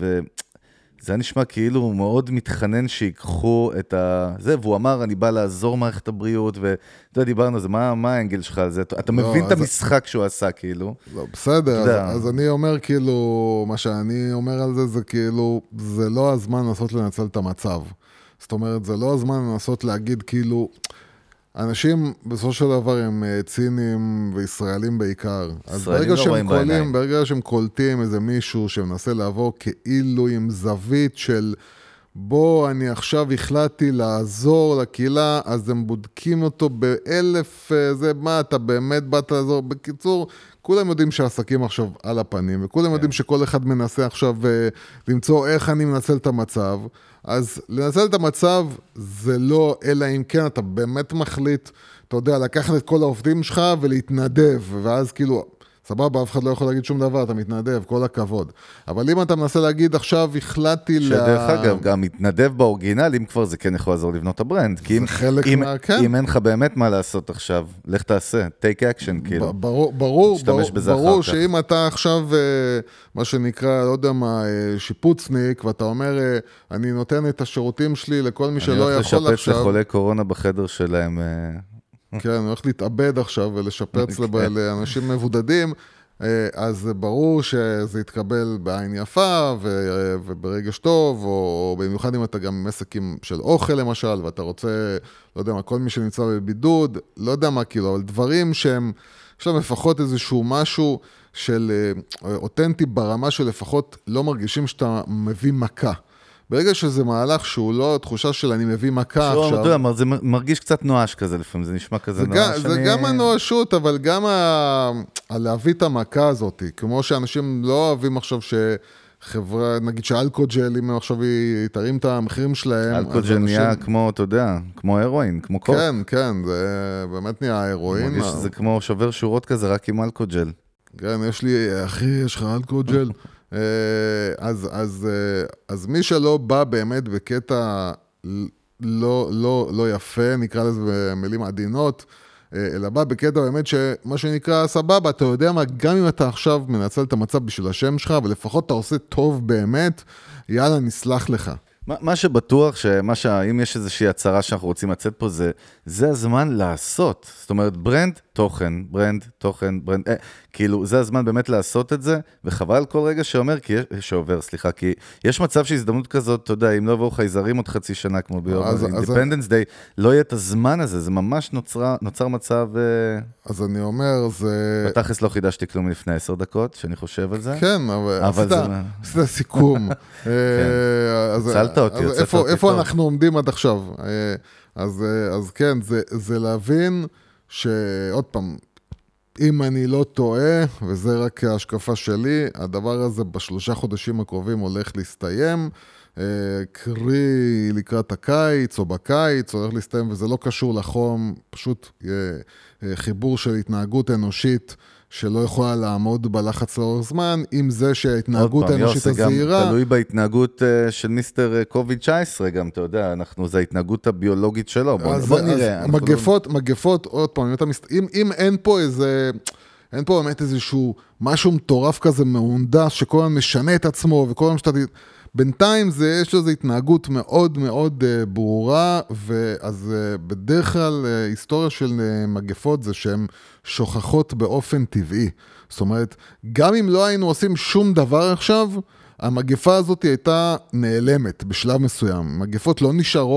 זה היה נשמע כאילו הוא מאוד מתחנן שיקחו את זה, והוא אמר, אני בא לעזור מערכת הבריאות, ואתה יודע, דיברנו על זה, מה האנגל שלך על זה? אתה מבין את המשחק שהוא עשה, כאילו? לא, בסדר, אז אני אומר, כאילו, מה שאני אומר על זה, זה כאילו, זה לא הזמן לנסות לנצל את המצב. זאת אומרת, זה לא הזמן לנסות להגיד, כאילו, אנשים בסופו של דבר הם ציניים וישראלים בעיקר. אז ברגע שהם קולטים איזה מישהו שמנסה לעבור כאילו עם זווית של בוא אני עכשיו החלטתי לעזור לקהילה, אז הם בודקים אותו באלף, זה מה אתה באמת באת לעזור. בקיצור, כולם יודעים שהעסקים עכשיו על הפנים, וכולם יודעים שכל אחד מנסה עכשיו למצוא איך אני מנצל את המצב. אז לנצל את המצב זה לא, אלא אם כן אתה באמת מחליט, אתה יודע, לקחת את כל העובדים שלך ולהתנדב, ואז כאילו, סבבה, אף אחד לא יכול להגיד שום דבר, אתה מתנדב, כל הכבוד. אבל אם אתה מנסה להגיד, עכשיו החלטתי שדרך אגב, גם מתנדב באורגינל, אם כבר זה כן יכול לעזור לבנות הברנד, כי אם אין לך באמת מה לעשות עכשיו, לך תעשה, take action, כאילו. ברור שאם אתה עכשיו, מה שנקרא, לא יודע מה, שיפוצניק, ואתה אומר, אני נותן את השירותים שלי לכל מי שלא יכול עכשיו. אני הולך לשפץ לחולי קורונה בחדר שלהם. כן, אני הולך להתאבד עכשיו ולשפץ לאנשים מבודדים, אז ברור שזה יתקבל בעין יפה וברגש טוב, או במיוחד אם אתה גם עסקים של אוכל למשל, ואתה רוצה, לא יודע מה, כל מי שנמצא בבידוד, לא יודע מה כאילו, אבל דברים שהם, יש להם לפחות איזשהו משהו של אותנטי ברמה של לפחות לא מרגישים שאתה מביא מכה. ברגע שזה מהלך שהוא לא תחושה של אני מביא מכה עכשיו. זה מרגיש קצת נואש כזה לפעמים, זה נשמע כזה נואש. זה גם הנואשות, אבל גם להביא את המכה הזאת, כמו שאנשים לא אוהבים עכשיו שחברה, נגיד שאלכוג'ל, אם עכשיו היא תרים את המחירים שלהם. אלכוג'ל נהיה כמו, אתה יודע, כמו הרואין, כמו קוק. כן, זה באמת נהיה הרואין. מרגיש שזה כמו שובר שורות כזה, רק עם אלכוג'ל. כן, יש לי, אחי, יש לך אלכוג'ל? אז מי שלא בא באמת בקטע לא יפה, נקרא לזה במילים עדינות, אלא בא בקטע באמת שמה שנקרא סבבה, אתה יודע מה, גם אם אתה עכשיו מנצל את המצב בשביל השם שלך, ולפחות אתה עושה טוב באמת, יאללה, נסלח לך. מה שבטוח, אם יש איזושהי הצהרה שאנחנו רוצים לצאת פה, זה הזמן לעשות. זאת אומרת, ברנד, תוכן, כאילו, זה הזמן באמת לעשות את זה, וחבל כל רגע שעובר, כי יש מצב שהזדמנות כזאת, אתה יודע, אם לא עבור חייזרים עוד חצי שנה, כמו ביום Independence Day, לא יהיה את הזמן הזה, זה ממש נוצר מצב... אז אני אומר, זה... בתכלס לא חידשתי כלום לפני 10 דקות, שאני חושב על זה. כן, אבל זה סיכום. צלת אותי, איפה אנחנו עומדים עד עכשיו? אז כן, זה להבין שעוד פעם, אם אני לא טועה, וזה רק ההשקפה שלי, הדבר הזה ב3 חודשים הקרובים הולך להסתיים, קרי לקראת הקיץ או בקיץ, הולך להסתיים, וזה לא קשור לחום, פשוט חיבור של התנהגות אנושית, שלא יכולה לעמוד בלחץ לאורך זמן, עם זה שההתנהגות האנושית הזהירה... זה גם תלוי בהתנהגות של מיסטר קוביד-19 גם, אתה יודע, זה ההתנהגות הביולוגית שלו, בוא נראה. מגפות, עוד פעם, אם אין פה איזה... אין פה באמת איזשהו משהו מטורף כזה מהונדס, שכל הזמן משנה את עצמו, וכל הזמן שאתה... בינתיים יש לזה התנהגות מאוד מאוד ברורה, ואז בדרך כלל היסטוריה של מגפות זה שהן שוכחות באופן טבעי. זאת אומרת, גם אם לא היינו עושים שום דבר עכשיו, המגפה הזאת הייתה נעלמת בשלב מסוים. מגפות לא נשארות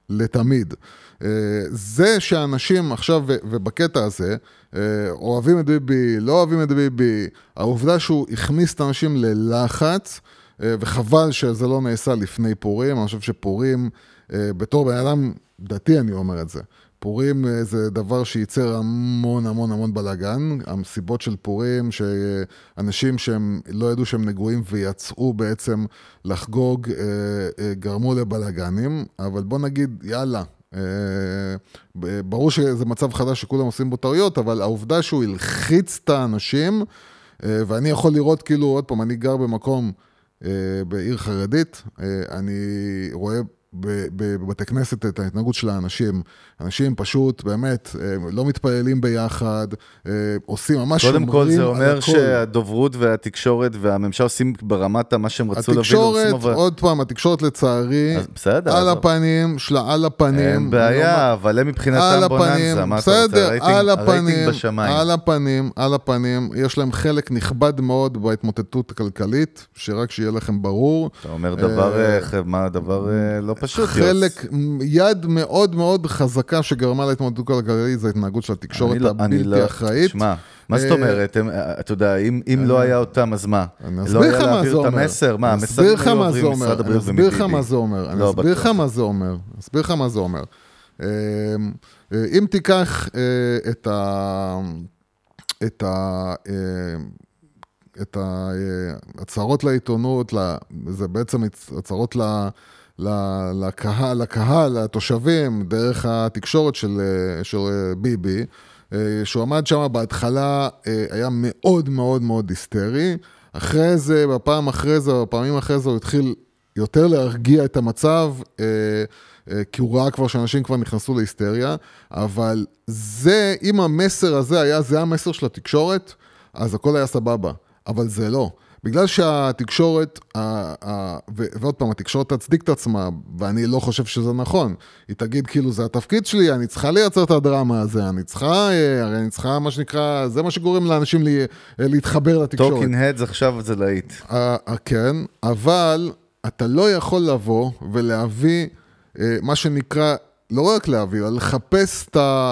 לתמיד. זה שאנשים עכשיו, ובקטע הזה, אוהבים את ביבי, לא אוהבים את ביבי, העובדה שהוא הכניס את האנשים ללחץ, וחבל שזה לא נעשה לפני פורים, אני חושב שפורים, בתור בן אדם דתי אני אומר את זה, פורים זה דבר שייצר המון המון המון בלגן, המסיבות של פורים, שאנשים שהם לא ידעו שהם נגועים ויצאו בעצם לחגוג, גרמו לבלגנים, אבל בוא נגיד, יאללה, ברור שזה מצב חדש שכולם עושים בו טעויות, אבל העובדה שהוא הלחיץ את האנשים, ואני יכול לראות כאילו, עוד פעם, אני גר במקום בעיר חרדית, אני רואה בבתי כנסת את ההתנהגות של האנשים. אנשים פשוט באמת לא מתפעלים ביחד, עושים ממש קודם כל זה אומר שהדוברות והתקשורת והממשל עושים ברמת מה שהם רצו להביא. התקשורת, עוד פעם, התקשורת לצערי, על הפנים, על הפנים. אין בעיה, אבל הם מבחינתם בוננזה, מה אתה רוצה? הרייטינג בשמיים. על הפנים, יש להם חלק נכבד מאוד בהתמוטטות הכלכלית, שרק שיהיה לכם ברור. אתה אומר דבר לא פשוט. חלק, יד מאוד מאוד חזקה שגרמה להתמודדות הכלכלית, זה ההתנהגות של התקשורת הבלתי אחראית. שמע, מה זאת אומרת? אתה יודע, אם לא היה אותם, אז מה? לא היה להעביר את המסר? מה, המסר לא עוברים משרד הבריאות ומביבי? אני אסביר לך מה זה אומר. אם תיקח את ההצהרות לעיתונות, זה בעצם הצהרות לקהל, לתושבים, דרך התקשורת של ביבי, שהוא עמד שם בהתחלה, היה מאוד מאוד מאוד היסטרי, אחרי זה, בפעמים אחרי זה, הוא התחיל יותר להרגיע את המצב, כי הוא ראה כבר שאנשים כבר נכנסו להיסטריה, אבל זה, אם המסר הזה היה, זה המסר של התקשורת, אז הכל היה סבבה, אבל זה לא. בגלל שהתקשורת, ועוד פעם, התקשורת תצדיק את עצמה, ואני לא חושב שזה נכון. היא תגיד, כאילו, זה התפקיד שלי, אני צריכה לייצר את הדרמה הזה, הרי אני צריכה, מה שנקרא, זה מה שגורם לאנשים להתחבר לתקשורת. טוקינג הדס עכשיו זה להיט. כן, אבל אתה לא יכול לבוא ולהביא, מה שנקרא, לא רק להביא, אלא לחפש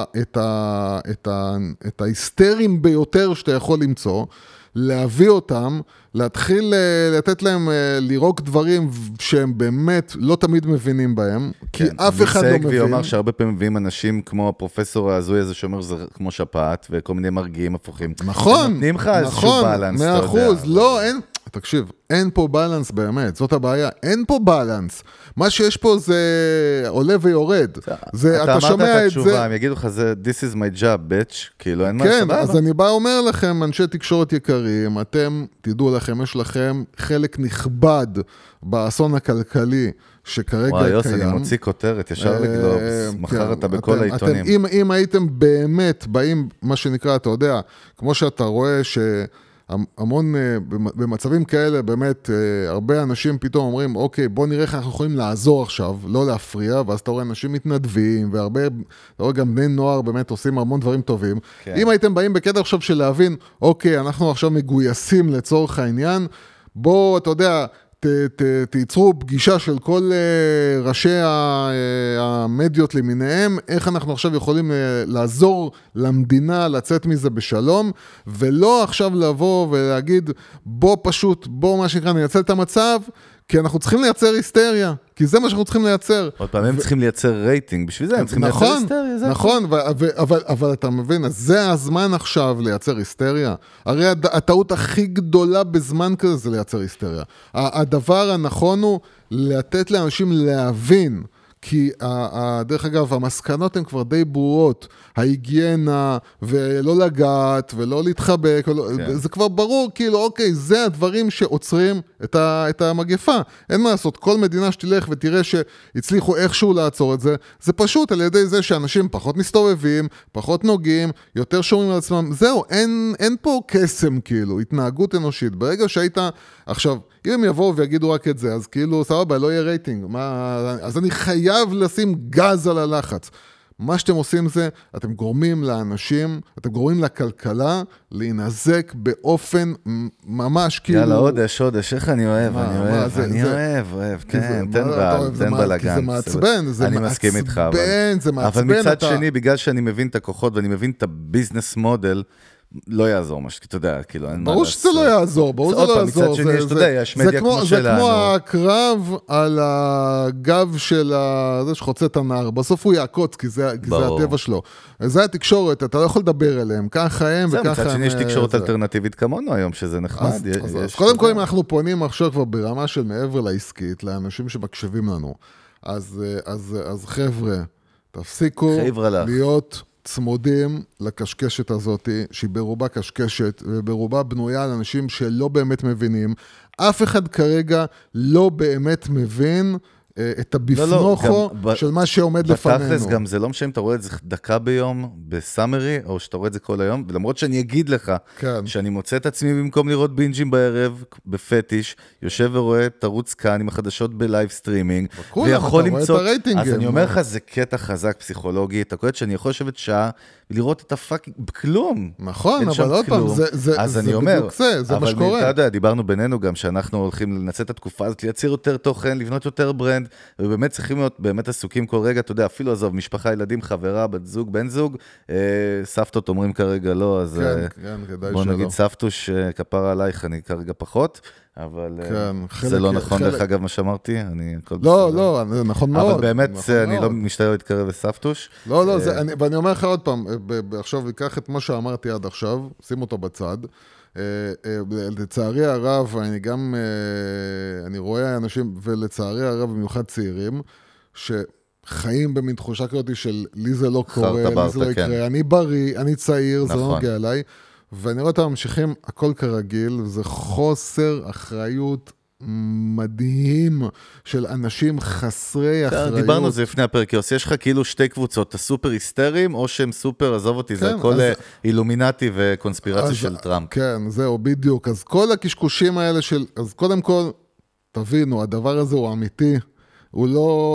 את ההיסטרים ביותר שאתה יכול למצוא, להביא אותם, להתחיל לתת להם לירוק דברים שהם באמת לא תמיד מבינים בהם, כי אף אחד לא מבין. ויאמר שהרבה פעמים מביאים אנשים כמו הפרופסור הזוי הזה שאומר שזה כמו שפעת, וכל מיני מרגיעים הפוכים. נכון, נותנים לך איזשהו בלנס, אתה יודע. 100%, לא, אין, תקשיב, אין פה בלנס באמת, זאת הבעיה, אין פה בלנס. מה שיש פה זה עולה ויורד. אתה אמרת את התשובה, הם יגידו לך, this is my job, bitch, כאילו אין מה סבבה. כן, אז אני בא אומר לכם, אנשי תקשורת יקרים, אתם, תדעו לכם, יש לכם חלק נכבד באסון הכלכלי שכרגע קיים. וואי, יוס, אני מוציא כותרת, ישר לגלובס, מחר אתה בכל העיתונים. אם הייתם באמת באים, מה שנקרא, אתה יודע, כמו שאתה רואה המון, במצבים כאלה, באמת, הרבה אנשים פתאום אומרים, אוקיי, בוא נראה איך אנחנו יכולים לעזור עכשיו, לא להפריע, ואז אתה רואה אנשים מתנדבים, והרבה, אתה רואה גם בני נוער באמת עושים המון דברים טובים. כן. אם הייתם באים בקטע עכשיו של להבין, אוקיי, אנחנו עכשיו מגויסים לצורך העניין, בוא, אתה יודע, תייצרו פגישה של כל ראשי המדיות למיניהם, איך אנחנו עכשיו יכולים לעזור למדינה לצאת מזה בשלום, ולא עכשיו לבוא ולהגיד, בוא מה שנקרא, נייצל את המצב, כי אנחנו צריכים לייצר היסטריה, כי זה מה שאנחנו צריכים לייצר. עוד פעם, הם צריכים לייצר רייטינג, בשביל זה הם צריכים לייצר היסטריה. נכון, אבל אתה מבין, אז זה הזמן עכשיו לייצר היסטריה. הרי הטעות הכי גדולה בזמן כזה זה לייצר היסטריה. הדבר הנכון הוא לתת לאנשים להבין, כי דרך אגב, המסקנות הן כבר די ברורות, ההיגיינה, ולא לגעת, ולא להתחבק, זה כבר ברור, כאילו, אוקיי, זה הדברים שעוצרים את המגפה. אין מה לעשות, כל מדינה שתלך ותראה שהצליחו איכשהו לעצור את זה, זה פשוט על ידי זה שאנשים פחות מסתובבים, פחות נוגעים, יותר שומרים על עצמם, זהו, אין פה קסם, כאילו, התנהגות אנושית. ברגע שהיית, עכשיו, אם הם יבואו ויגידו רק את זה, אז כאילו, סבבה, לא יהיה רייטינג. אז אני חייב לשים גז על הלחץ. מה שאתם עושים זה, אתם גורמים לאנשים, אתם גורמים לכלכלה להינזק באופן ממש כאילו... יאללה, עודש, איך אני אוהב, אני אוהב, כן, תן בלגן. כי זה מעצבן, אני מסכים איתך, אבל מצד שני, בגלל שאני מבין את הכוחות ואני מבין את הביזנס מודל, לא יעזור משהו, אתה יודע, כאילו, אין מה לעשות. ברור שזה לא יעזור, ברור שזה לא יעזור. מצד שני, יש, אתה יודע, יש מדיה כמו שלנו. זה כמו הקרב על הגב של זה שחוצה את הנהר, בסוף הוא יעקוץ, כי זה הטבע שלו. זה התקשורת, אתה לא יכול לדבר אליהם, ככה הם וככה הם. מצד שני, יש תקשורת אלטרנטיבית כמונו היום, שזה נחמד. אז קודם כל, אם אנחנו פונים עכשיו כבר ברמה של מעבר לעסקית, לאנשים שמקשבים לנו, אז חבר'ה, תפסיקו להיות... צמודים לקשקשת הזאת, שהיא ברובה קשקשת, וברובה בנויה על אנשים שלא באמת מבינים. אף אחד כרגע לא באמת מבין את הביפנוכו של מה שעומד לפנינו. בתכלס גם זה לא משנה אם אתה רואה את זה דקה ביום בסאמרי, או שאתה רואה את זה כל היום, ולמרות שאני אגיד לך, שאני מוצא את עצמי במקום לראות בינג'ים בערב, בפטיש, יושב ורואה תרוץ כאן עם החדשות בלייב סטרימינג, ויכול למצוא, אז אני אומר לך, זה קטע חזק פסיכולוגי, אתה קוראת שאני יכול לשבת שעה, ולראות את הפאקינג, בכלום. נכון, אבל עוד פעם, זה בדיוק זה מה שקורה. אבל אתה יודע, דיברנו בינינו גם, שאנחנו הולכים לנצל את התקופה הזאת, לייצר יותר תוכן, לבנות יותר ברנד, ובאמת צריכים להיות באמת עסוקים כל רגע, אתה יודע, אפילו עזוב, משפחה, ילדים, חברה, בת זוג, בן זוג, סבתות אומרים כרגע לא, אז בוא נגיד סבתוש כפרה עלייך, אני כרגע פחות, אבל זה לא נכון דרך אגב מה שאמרתי, לא, נכון מאוד. אבל באמת אני לא משתדל להתקרב לסבתוש. לא, ואני אומר לך עוד פעם, עכשיו אקח את מה שאמרתי עד עכשיו, שים אותו בצד, לצערי הרב, אני רואה אנשים, ולצערי הרב במיוחד צעירים, שחיים במין תחושה כזאת של לי זה לא קורה, לי זה לא יקרה, אני בריא, אני צעיר, זה לא נוגע אליי, ואני רואה אותם ממשיכים הכל כרגיל, זה חוסר אחריות מדהים של אנשים חסרי אחריות. דיברנו על זה לפני הפרק, יוס, יש לך כאילו שתי קבוצות, הסופר היסטריים, או שהם סופר, עזוב אותי, זה הכל אילומינטי וקונספירציה של טראמפ. כן, זהו, בדיוק. אז כל הקשקושים האלה אז קודם כל, תבינו, הדבר הזה הוא אמיתי, הוא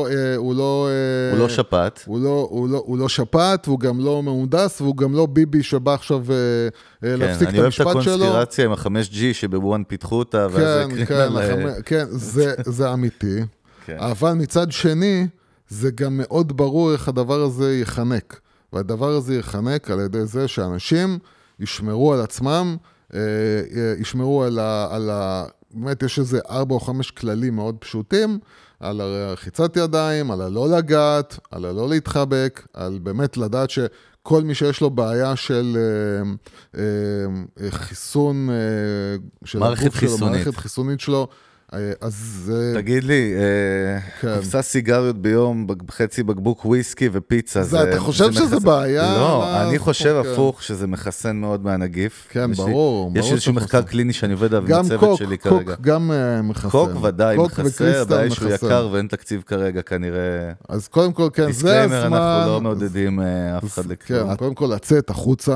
לא שפט. הוא לא שפט, והוא גם לא מהונדס, והוא גם לא ביבי שבא עכשיו להפסיק את המשפט שלו. אני אוהב את הקונספירציה עם ה-5G שבבואן פיתחו אותה. כן, זה אמיתי. אבל מצד שני, זה גם מאוד ברור איך הדבר הזה יחנק. והדבר הזה יחנק על ידי זה שאנשים ישמרו על עצמם, ישמרו על באמת יש איזה 4 או 5 כללים מאוד פשוטים, על רחיצת ידיים, על הלא לגעת, על הלא להתחבק, על באמת לדעת שכל מי שיש לו בעיה של חיסון, של מערכת חיסונית. מערכת חיסונית שלו, אז... תגיד לי, קופסה סיגריות ביום, חצי בקבוק וויסקי ופיצה, אתה חושב שזה בעיה? לא, אני חושב הפוך שזה מחסן מאוד מהנגיף. כן, ברור. יש איזשהו מחקר קליני שאני עובד עליו עם הצוות שלי כרגע. גם מחסן. קוק ודאי מחסר, הבעיה שהוא יקר ואין תקציב כרגע כנראה. אז קודם כל, כן, זה הזמן. אנחנו לא מעודדים אף אחד לכלום. כן, קודם כל לצאת החוצה,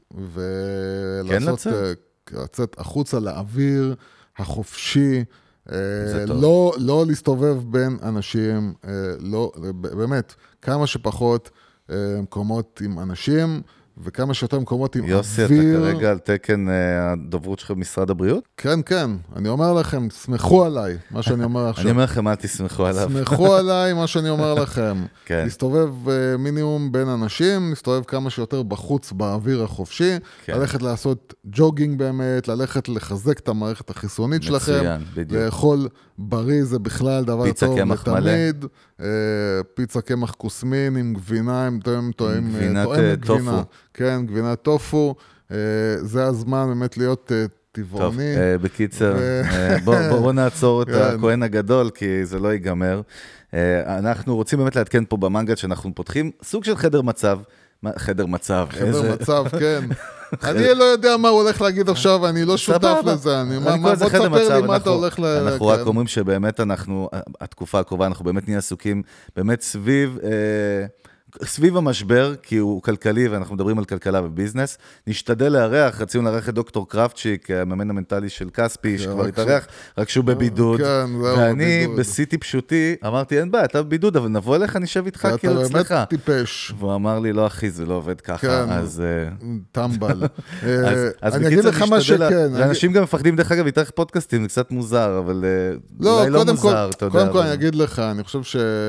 לצאת החוצה לאוויר החופשי, לא להסתובב בין אנשים, באמת, כמה שפחות מקומות עם אנשים, וכמה שיותר מקומות עם אוויר. יוסי, אתה כרגע על תקן הדוברות שלך במשרד הבריאות? כן, כן. אני אומר לכם, סמכו עליי, מה שאני אומר עכשיו. אני אומר לכם, אל תסמכו עליו. סמכו עליי, מה שאני אומר לכם. להסתובב מינימום בין אנשים, להסתובב כמה שיותר בחוץ באוויר החופשי, ללכת לעשות ג'וגינג באמת, ללכת לחזק את המערכת החיסונית שלכם. מצוין, בדיוק. לאכול בריא זה בכלל דבר טוב לתמיד. פיצה קמח קוסמין עם גבינה, עם גבינת טופו. כן, גבינת טופו. זה הזמן באמת להיות טבעוני. טוב, בקיצר, בואו נעצור את הכהן הגדול, כי זה לא ייגמר. אנחנו רוצים באמת לעדכן פה במנגל שאנחנו פותחים סוג של חדר מצב. חדר מצב, כן. אני לא יודע מה הוא הולך להגיד עכשיו, אני לא שותף לזה. בוא תספר לי מה אתה הולך להגיד. אנחנו רק אומרים שבאמת התקופה הקרובה, אנחנו באמת נהיה עסוקים, באמת סביב סביב המשבר, כי הוא כלכלי, ואנחנו מדברים על כלכלה וביזנס, נשתדל לארח, רצינו לארח את דוקטור קרפצ'יק, המאמן המנטלי של כספי, שכבר התארח, רק שהוא בבידוד, ואני בסיטי פשוטי, אמרתי, אין בעיה, אתה בבידוד, אבל נבוא אליך, נשב איתך כאילו אצלך. אתה באמת טיפש. והוא אמר לי, לא אחי, זה לא עובד ככה, אז... טמבל. אז אני אגיד לך מה שכן. אנשים גם מפחדים, דרך אגב, איתך פודקאסטים, זה קצת מוזר, אבל אולי לא מוזר, אתה יודע. קודם כל אני אגיד לך, אני חושב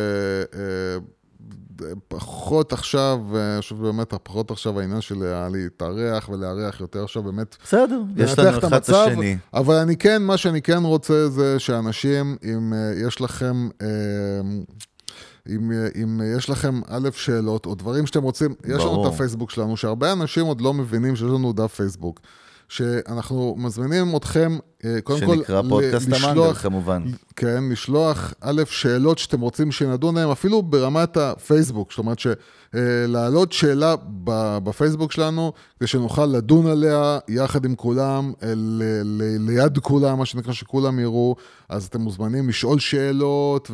פחות עכשיו, אני חושב באמת, פחות עכשיו העניין של להתארח ולהארח יותר עכשיו באמת. בסדר, יש לנו אחד את השני. אבל אני כן, מה שאני כן רוצה זה שאנשים, אם יש לכם, אם יש לכם א' שאלות או דברים שאתם רוצים, יש לנו את הפייסבוק שלנו, שהרבה אנשים עוד לא מבינים שיש לנו דף פייסבוק. שאנחנו מזמינים אתכם, קודם כל, שנקרא פודקאסט המנגל, כמובן. כן, לשלוח א' שאלות שאתם רוצים שנדון להם, אפילו ברמת הפייסבוק, זאת אומרת שלהעלות שאלה בפייסבוק שלנו, כדי שנוכל לדון עליה יחד עם כולם, ליד כולם, מה שנקרא שכולם יראו, אז אתם מוזמנים לשאול שאלות,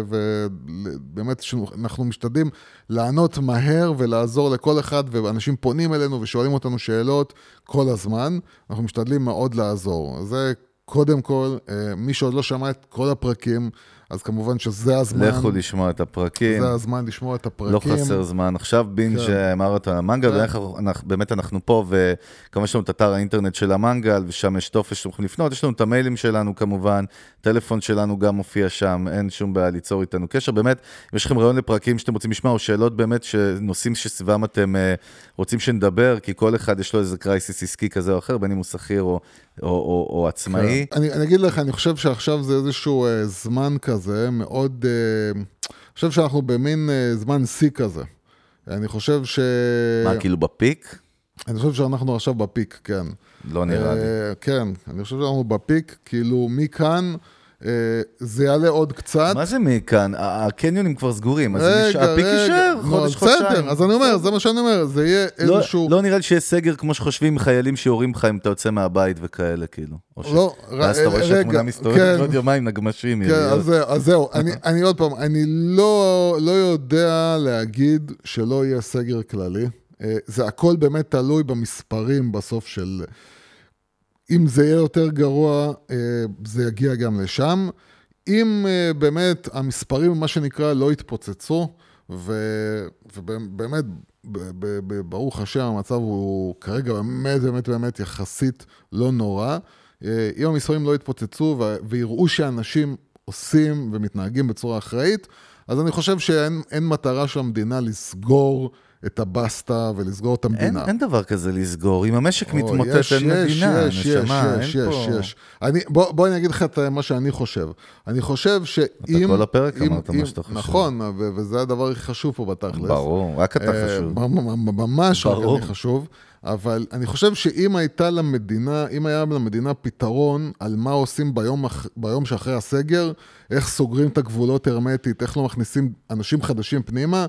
ובאמת אנחנו משתדלים לענות מהר ולעזור לכל אחד, ואנשים פונים אלינו ושואלים אותנו שאלות כל הזמן, אנחנו משתדלים מאוד לעזור. זה קודם כל, מי שעוד לא שמע את כל הפרקים, אז כמובן שזה הזמן. לכו לשמוע את הפרקים. זה הזמן לשמוע את הפרקים. לא חסר זמן. עכשיו בינג' מרתון המנגל, באמת אנחנו פה, וכמובן יש לנו את אתר האינטרנט של המנגל, ושם יש טופס שאתם יכולים לפנות, יש לנו את המיילים שלנו כמובן, טלפון שלנו גם מופיע שם, אין שום בעיה ליצור איתנו קשר. באמת, אם יש לכם רעיון לפרקים שאתם רוצים לשמוע, או שאלות באמת, שנושאים שסביבם אתם רוצים שנדבר, כי כל אחד יש לו איזה קרייסיס עסקי כזה או אחר, בין אם הוא שכיר או עצמאי. אני אגיד לך, אני חושב שעכשיו זה איזשהו זמן כזה, מאוד, אני חושב שאנחנו במין זמן שיא כזה. אני חושב מה, כאילו בפיק? אני חושב שאנחנו עכשיו בפיק, כן. לא נראה לי. כן, אני חושב שאנחנו בפיק, כאילו מכאן, זה יעלה עוד קצת. מה זה מכאן? הקניונים כבר סגורים, אז הפיק יישאר, חודש, חודשיים. בסדר, אז אני אומר, זה מה שאני אומר, זה יהיה איזשהו... לא נראה לי שיש סגר כמו שחושבים חיילים שיורים לך אם אתה יוצא מהבית וכאלה, כאילו. לא, אז אתה רואה שהתמונה מסתובבת עוד יומיים נגמשים. כן, אז זהו, אני עוד פעם, אני לא יודע להגיד שלא יהיה סגר כללי. זה הכל באמת תלוי במספרים בסוף של... אם זה יהיה יותר גרוע, זה יגיע גם לשם. אם באמת המספרים, מה שנקרא, לא יתפוצצו, ובאמת, ברוך השם, המצב הוא כרגע באמת יחסית לא נורא. אם המספרים לא יתפוצצו ויראו שאנשים עושים ומתנהגים בצורה אחראית, אז אני חושב שאין מטרה של המדינה לסגור את הבסטה ולסגור את המדינה. אין דבר כזה לסגור. אם המשק מתמוטט, אין מדינה, נשמה, אין פה... בוא אני אגיד לך את מה שאני חושב. אני חושב שאם... אתה כל הפרק אמרת מה שאתה חושב. נכון, וזה הדבר הכי חשוב פה בתכלס. ברור, רק אתה חשוב. ממש רק אני חשוב. אבל אני חושב שאם היה למדינה פתרון על מה עושים ביום שאחרי הסגר, איך סוגרים את הגבולות הרמטית, איך לא מכניסים אנשים חדשים פנימה,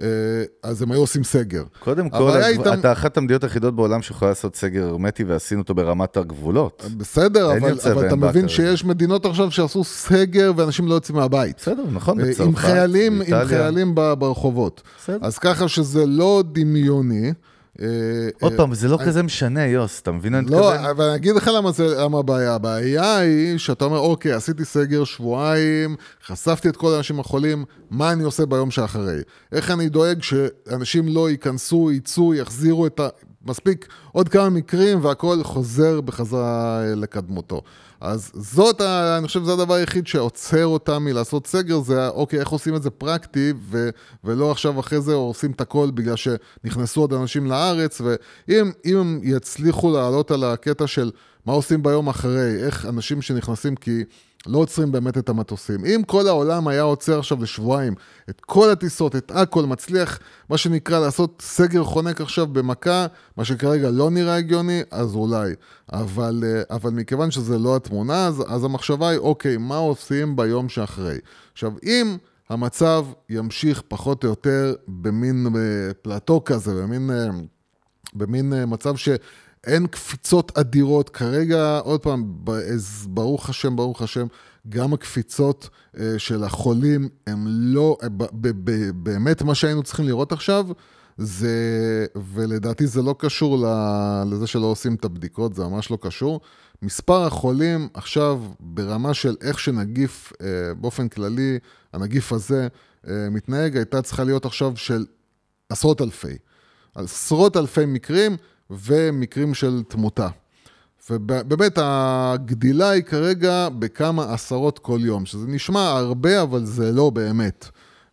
אז הם היו עושים סגר. קודם כל, אתה אחת המדינות היחידות בעולם שיכולה לעשות סגר הרמטי, ועשינו אותו ברמת הגבולות. בסדר, אבל אתה מבין שיש מדינות עכשיו שעשו סגר, ואנשים לא יוצאים מהבית. בסדר, נכון, בצרפת, עם חיילים ברחובות. אז ככה שזה לא דמיוני, עוד פעם, זה לא כזה משנה, יוס, אתה מבין? לא, אבל אני אגיד לך למה הבעיה. הבעיה היא שאתה אומר, אוקיי, עשיתי סגר שבועיים, חשפתי את כל האנשים החולים, מה אני עושה ביום שאחרי? איך אני דואג שאנשים לא ייכנסו, ייצאו, יחזירו את מספיק עוד כמה מקרים, והכל חוזר בחזרה לקדמותו. אז אני חושב שזה הדבר היחיד שעוצר אותם מלעשות סגר, זה אוקיי, איך עושים את זה פרקטי, ולא עכשיו אחרי זה עושים את הכל בגלל שנכנסו עוד אנשים לארץ, ואם הם יצליחו לעלות על הקטע של מה עושים ביום אחרי, איך אנשים שנכנסים כי לא עוצרים באמת את המטוסים. אם כל העולם היה עוצר עכשיו לשבועיים, את כל הטיסות, את הכל, מצליח, מה שנקרא, לעשות סגר חונק עכשיו במכה, מה שכרגע לא נראה הגיוני, אז אולי. אבל מכיוון שזה לא התמונה, אז המחשבה היא, אוקיי, מה עושים ביום שאחרי? עכשיו, אם המצב ימשיך פחות או יותר במין פלטו כזה, במין מצב אין קפיצות אדירות, כרגע, עוד פעם, ברוך השם, גם הקפיצות של החולים, הם לא, באמת מה שהיינו צריכים לראות עכשיו, ולדעתי זה לא קשור לזה שלא עושים את הבדיקות, זה ממש לא קשור. מספר החולים עכשיו ברמה של איך שנגיף, באופן כללי, הנגיף הזה מתנהג, הייתה צריכה להיות עכשיו של עשרות אלפי מקרים, ומקרים של תמותה. ובאמת הגדילה היא כרגע בכמה עשרות כל יום, שזה נשמע הרבה, אבל זה לא באמת.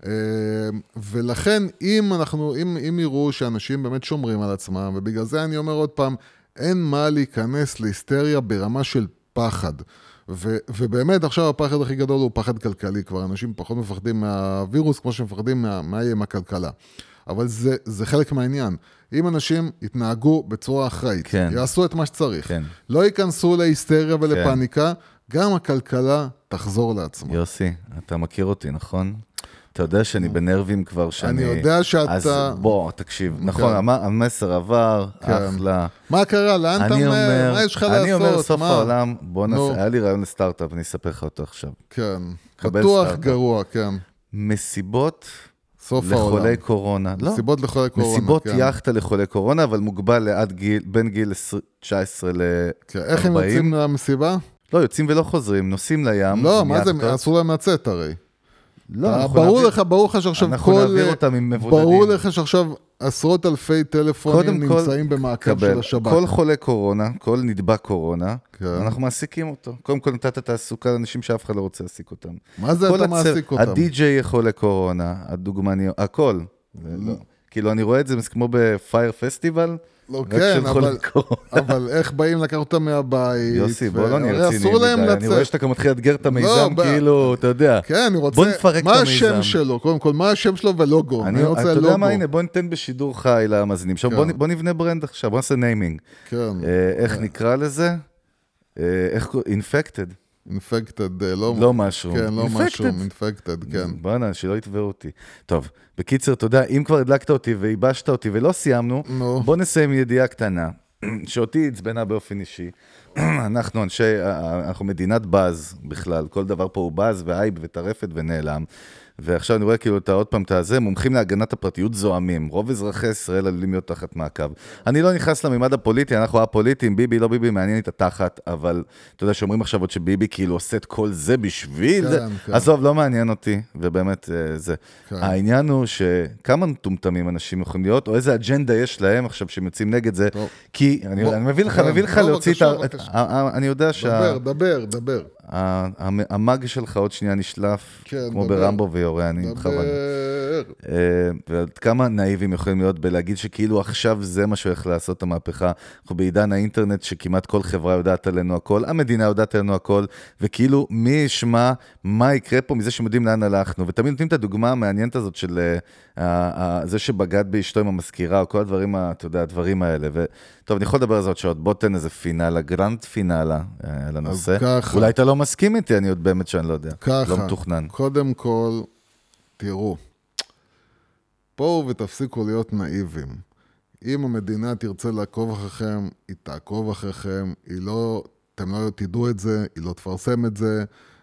ולכן אם יראו שאנשים באמת שומרים על עצמם, ובגלל זה אני אומר עוד פעם, אין מה להיכנס להיסטריה ברמה של פחד. ובאמת עכשיו הפחד הכי גדול הוא פחד כלכלי, כבר אנשים פחות מפחדים מהווירוס, כמו שמפחדים מה יהיה עם הכלכלה. אבל זה חלק מהעניין. אם אנשים יתנהגו בצורה אחראית, כן. יעשו את מה שצריך, כן. לא ייכנסו להיסטריה ולפניקה, גם הכלכלה תחזור לעצמה. יוסי, אתה מכיר אותי, נכון? אתה יודע שאני בנרבים כבר שאני... אני יודע שאתה... אז בוא, תקשיב. נכון, המסר עבר, אחלה. מה קרה? לאן אתה אומר? מה יש לך לעשות? אני אומר סוף העולם, בוא נעשה, היה לי רעיון לסטארט-אפ, אני אספר לך אותו עכשיו. כן, בטוח גרוע, כן. מסיבות סוף העולם. לחולי קורונה. מסיבות לחולי קורונה, כן. מסיבות יחטה לחולי קורונה, אבל מוגבל בין גיל 19 ל-40. איך הם יוצאים למסיבה? לא, יוצאים ולא חוזרים, נוסעים לים. לא, מה זה, אסור להם לצאת הרי. לא, ברור לך שעכשיו אנחנו נעביר אותם עם מבודדים. ברור לך שעכשיו עשרות אלפי טלפונים נמצאים במעקב של השב"כ. כל חולה קורונה, כל נדבק קורונה, אנחנו מעסיקים אותו. קודם כל נתת תעסוקה לאנשים שאף אחד לא רוצה להעסיק אותם. מה זה אתה מעסיק אותם? הדי-ג'יי חולה קורונה, הדוגמניות, הכל. כאילו אני רואה את זה כמו בפייר פסטיבל, כן, אבל איך באים לקחת אותם מהבית? יוסי, בוא לא נהיה רציני מדי. אני רואה שאתה גם מתחיל לאתגר את המיזם, כאילו, אתה יודע. כן, אני רוצה... בוא נפרק את המיזם. מה השם שלו? קודם כל, מה השם שלו ולוגו? אני רוצה לוגו. אתה יודע מה, הנה, בוא ניתן בשידור חי למאזינים. עכשיו, בוא נבנה ברנד עכשיו, בוא נעשה ניימינג. כן. איך נקרא לזה? איך Infected. Infected, לא משהו. כן, לא משהו, Infected, כן. בוא נע, שלא יתבעו אותי. טוב, בקיצר, אתה יודע, אם כבר הדלקת אותי והיבשת אותי ולא סיימנו, בוא נסיים ידיעה קטנה, שאותי הצבנה באופן אישי. אנחנו מדינת באז בכלל, כל דבר פה הוא באז והייב וטרפת ונעלם. ועכשיו אני רואה כאילו אתה עוד פעם תעזה, מומחים להגנת הפרטיות זוהמים. רוב אזרחי ישראל עלולים להיות תחת מעקב. אני לא נכנס למימד הפוליטי, אנחנו הפוליטיים, ביבי, לא ביבי, מעניין את התחת, אבל אתה יודע שאומרים עכשיו עוד שביבי כאילו עושה את כל זה בשביל, עזוב, לא מעניין אותי, ובאמת זה. העניין הוא שכמה מטומטמים אנשים יכולים להיות, או איזה אג'נדה יש להם עכשיו שהם יוצאים נגד זה, כי אני מביא לך להוציא את... אני יודע דבר. המאג שלך עוד שנייה נשלף, כמו ברמבו ויורה, אני בכוונה. ועד כמה נאיבים יכולים להיות בלהגיד שכאילו עכשיו זה מה שהולך לעשות את המהפכה. אנחנו בעידן האינטרנט שכמעט כל חברה יודעת עלינו הכל, המדינה יודעת עלינו הכל, וכאילו מי ישמע מה יקרה פה מזה שמודים לאן הלכנו. ותמיד נותנים את הדוגמה המעניינת הזאת של זה שבגד באשתו עם המזכירה, או כל הדברים, אתה יודע, הדברים האלה. טוב, אני יכול לדבר על זה עוד שעות, בוא תן איזה פינאלה, גרנד פינאלה לנושא. אולי אתה לא מסכים איתי, אני עוד באמת שאני לא יודע. ככה, לא מתוכנן. קודם כל, תראו, בואו ותפסיקו להיות נאיבים. אם המדינה תרצה לעקוב אחריכם, היא תעקוב אחריכם, אתם לא תדעו את זה, היא לא תפרסם את זה.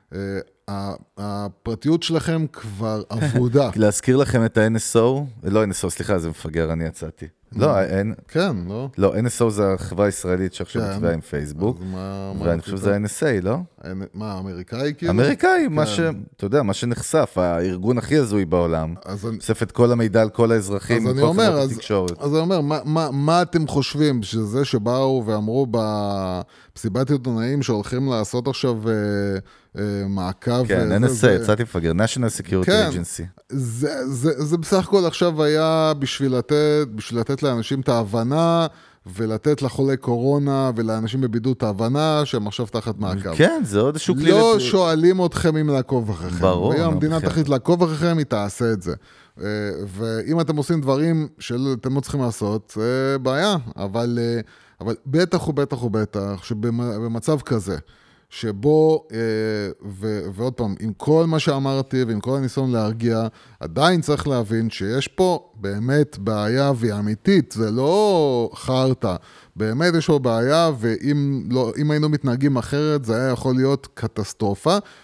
הפרטיות שלכם כבר עבודה. להזכיר לכם את ה-NSO? לא NSO, סליחה, זה מפגר, אני יצאתי. לא, כן, לא? לא, NSO זה החברה הישראלית שעכשיו מתווה עם פייסבוק, ואני חושב שזה NSA, לא? מה, אמריקאי כאילו? אמריקאי, אתה יודע, מה שנחשף, הארגון הכי הזוי בעולם, אוסף את כל המידע על כל האזרחים, אז אני אומר, מה אתם חושבים, שזה שבאו ואמרו במסיבת עיתונאים שהולכים לעשות עכשיו מעקב... כן, NSA, יצאתי מפגר, National Security Agency. זה בסך הכל עכשיו היה בשביל לתת לאנשים את ההבנה, ולתת לחולי קורונה ולאנשים בבידוד את ההבנה שהם עכשיו תחת מעקב. כן, זה עוד איזשהו כלי... לא שואלים אתכם אם לעקוב אחריכם. ברור. ואם המדינה תחליט לעקוב אחריכם, היא תעשה את זה. ואם אתם עושים דברים שאתם לא צריכים לעשות, זה בעיה. אבל בטח ובטח שבמצב כזה, שבו, ועוד פעם, עם כל מה שאמרתי ועם כל הניסיון להרגיע, עדיין צריך להבין שיש פה באמת בעיה והיא אמיתית, זה לא חרטה, באמת יש פה בעיה, ואם היינו מתנהגים אחרת, זה היה יכול להיות קטסטרופה.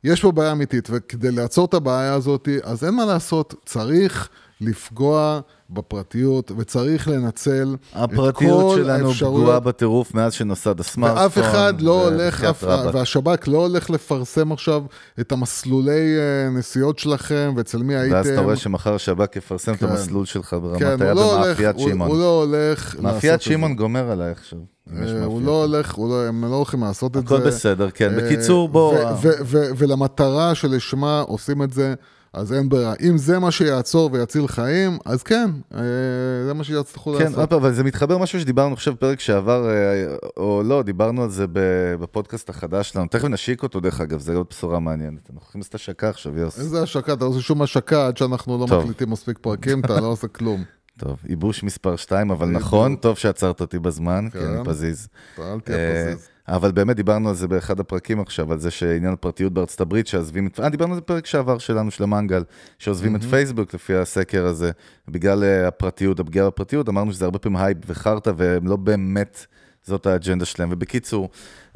יש פה בעיה אמיתית, וכדי לעצור את הבעיה הזאת, אז אין מה לעשות, צריך לפגוע בפרטיות, וצריך לנצל את כל האפשרויות. הפרטיות שלנו פגועה בטירוף מאז שנוסד הסמארטפון. ואף אחד לא הולך, והשב"כ לא הולך לפרסם עכשיו את המסלולי נסיעות שלכם, ואצל מי הייתם. ואז אתה רואה שמחר השב"ק יפרסם את המסלול שלך ברמת היה במאפיית שמעון. הוא לא הולך מאפיית שמעון גומר עליי עכשיו. הוא לא הולך, הם לא הולכים לעשות את זה. הכל בסדר, כן. בקיצור, בוא. ולמטרה שלשמה עושים את זה, אז אין ברירה. אם זה מה שיעצור ויציל חיים, אז כן, זה מה שיצטרכו לעשות. כן, אבל זה מתחבר משהו שדיברנו עכשיו פרק שעבר, או לא, דיברנו על זה בפודקאסט החדש שלנו. תכף נשיק אותו, דרך אגב, זה עוד בשורה מעניינת. אנחנו הולכים לעשות השקה עכשיו, יוס. איזה השקה? אתה עושה שום השקה עד שאנחנו לא מקליטים מספיק פרקים, אתה לא עושה כלום. טוב, ייבוש מספר 2, אבל נכון, טוב שעצרת אותי בזמן, כי אני פזיז. אל תהיה פזיז. אבל באמת דיברנו על זה באחד הפרקים עכשיו, על זה שעניין הפרטיות בארצות הברית, שעזבים דיברנו על זה פרק שעבר שלנו, של המנגל, שעוזבים את פייסבוק לפי הסקר הזה, בגלל הפרטיות, הפגיעה בפרטיות, אמרנו שזה הרבה פעמים הייפ וחרטה, והם לא באמת, זאת האג'נדה שלהם. ובקיצור,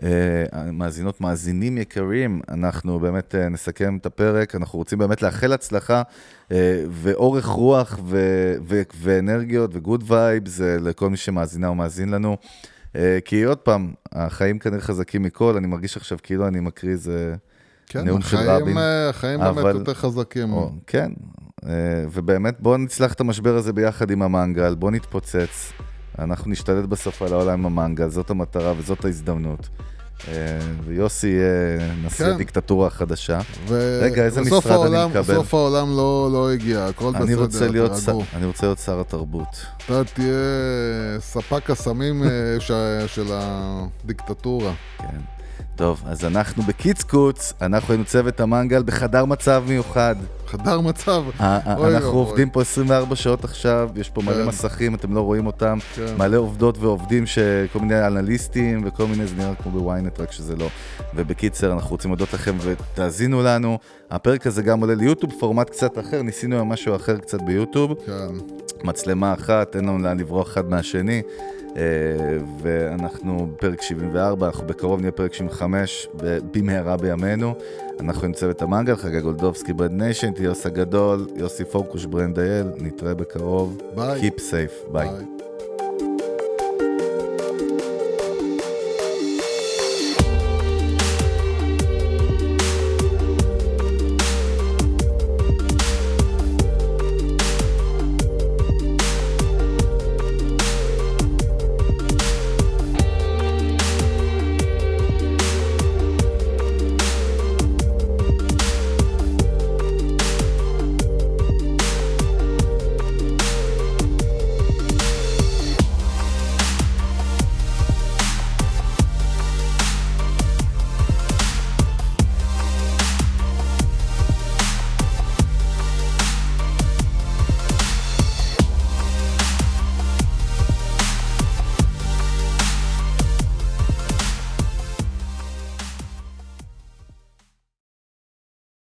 מאזינים יקרים, אנחנו באמת נסכם את הפרק, אנחנו רוצים באמת לאחל הצלחה, ואורך רוח, ואנרגיות, וגוד וייבס, לכל מי שמאזינה או מאזין לנו, כי עוד פעם, החיים כנראה חזקים מכל, אני מרגיש עכשיו כאילו אני מקריא איזה נאום של רבין. החיים באמת יותר חזקים. כן, ובאמת בואו נצלח את המשבר הזה ביחד עם המנגל, בואו נתפוצץ, אנחנו נשתלט בסוף על העולם עם המנגל, זאת המטרה וזאת ההזדמנות. ויוסי נשיא הדיקטטורה החדשה. רגע, איזה משרד אני מקבל? בסוף העולם לא הגיע, הכל בסדר. אני רוצה להיות שר התרבות. אתה תהיה ספק הסמים של הדיקטטורה. כן. טוב, אז אנחנו בקיצקוץ, אנחנו היינו צוות המנגל בחדר מצב מיוחד. חדר מצב? אנחנו עובדים פה 24 שעות עכשיו, יש פה מלא מסכים, אתם לא רואים אותם, מלא עובדות ועובדים, כל מיני אנליסטים וכל מיני, זה נראה כמו בוויינט, רק שזה לא. ובקיצר, אנחנו רוצים להודות לכם ותאזינו לנו. הפרק הזה גם עולה ליוטיוב, פורמט קצת אחר, ניסינו משהו אחר קצת ביוטיוב. מצלמה אחת, אין לנו לאן לברוח אחד מהשני. ואנחנו בפרק 74, אנחנו בקרוב נהיה פרק 75 במהרה בימינו. אנחנו עם צוות המנגל, חגי גולדובסקי ברד ניישן, יוס הגדול, יוסי פורקוש ברנדייל, נתראה בקרוב. ביי. Keep safe, ביי.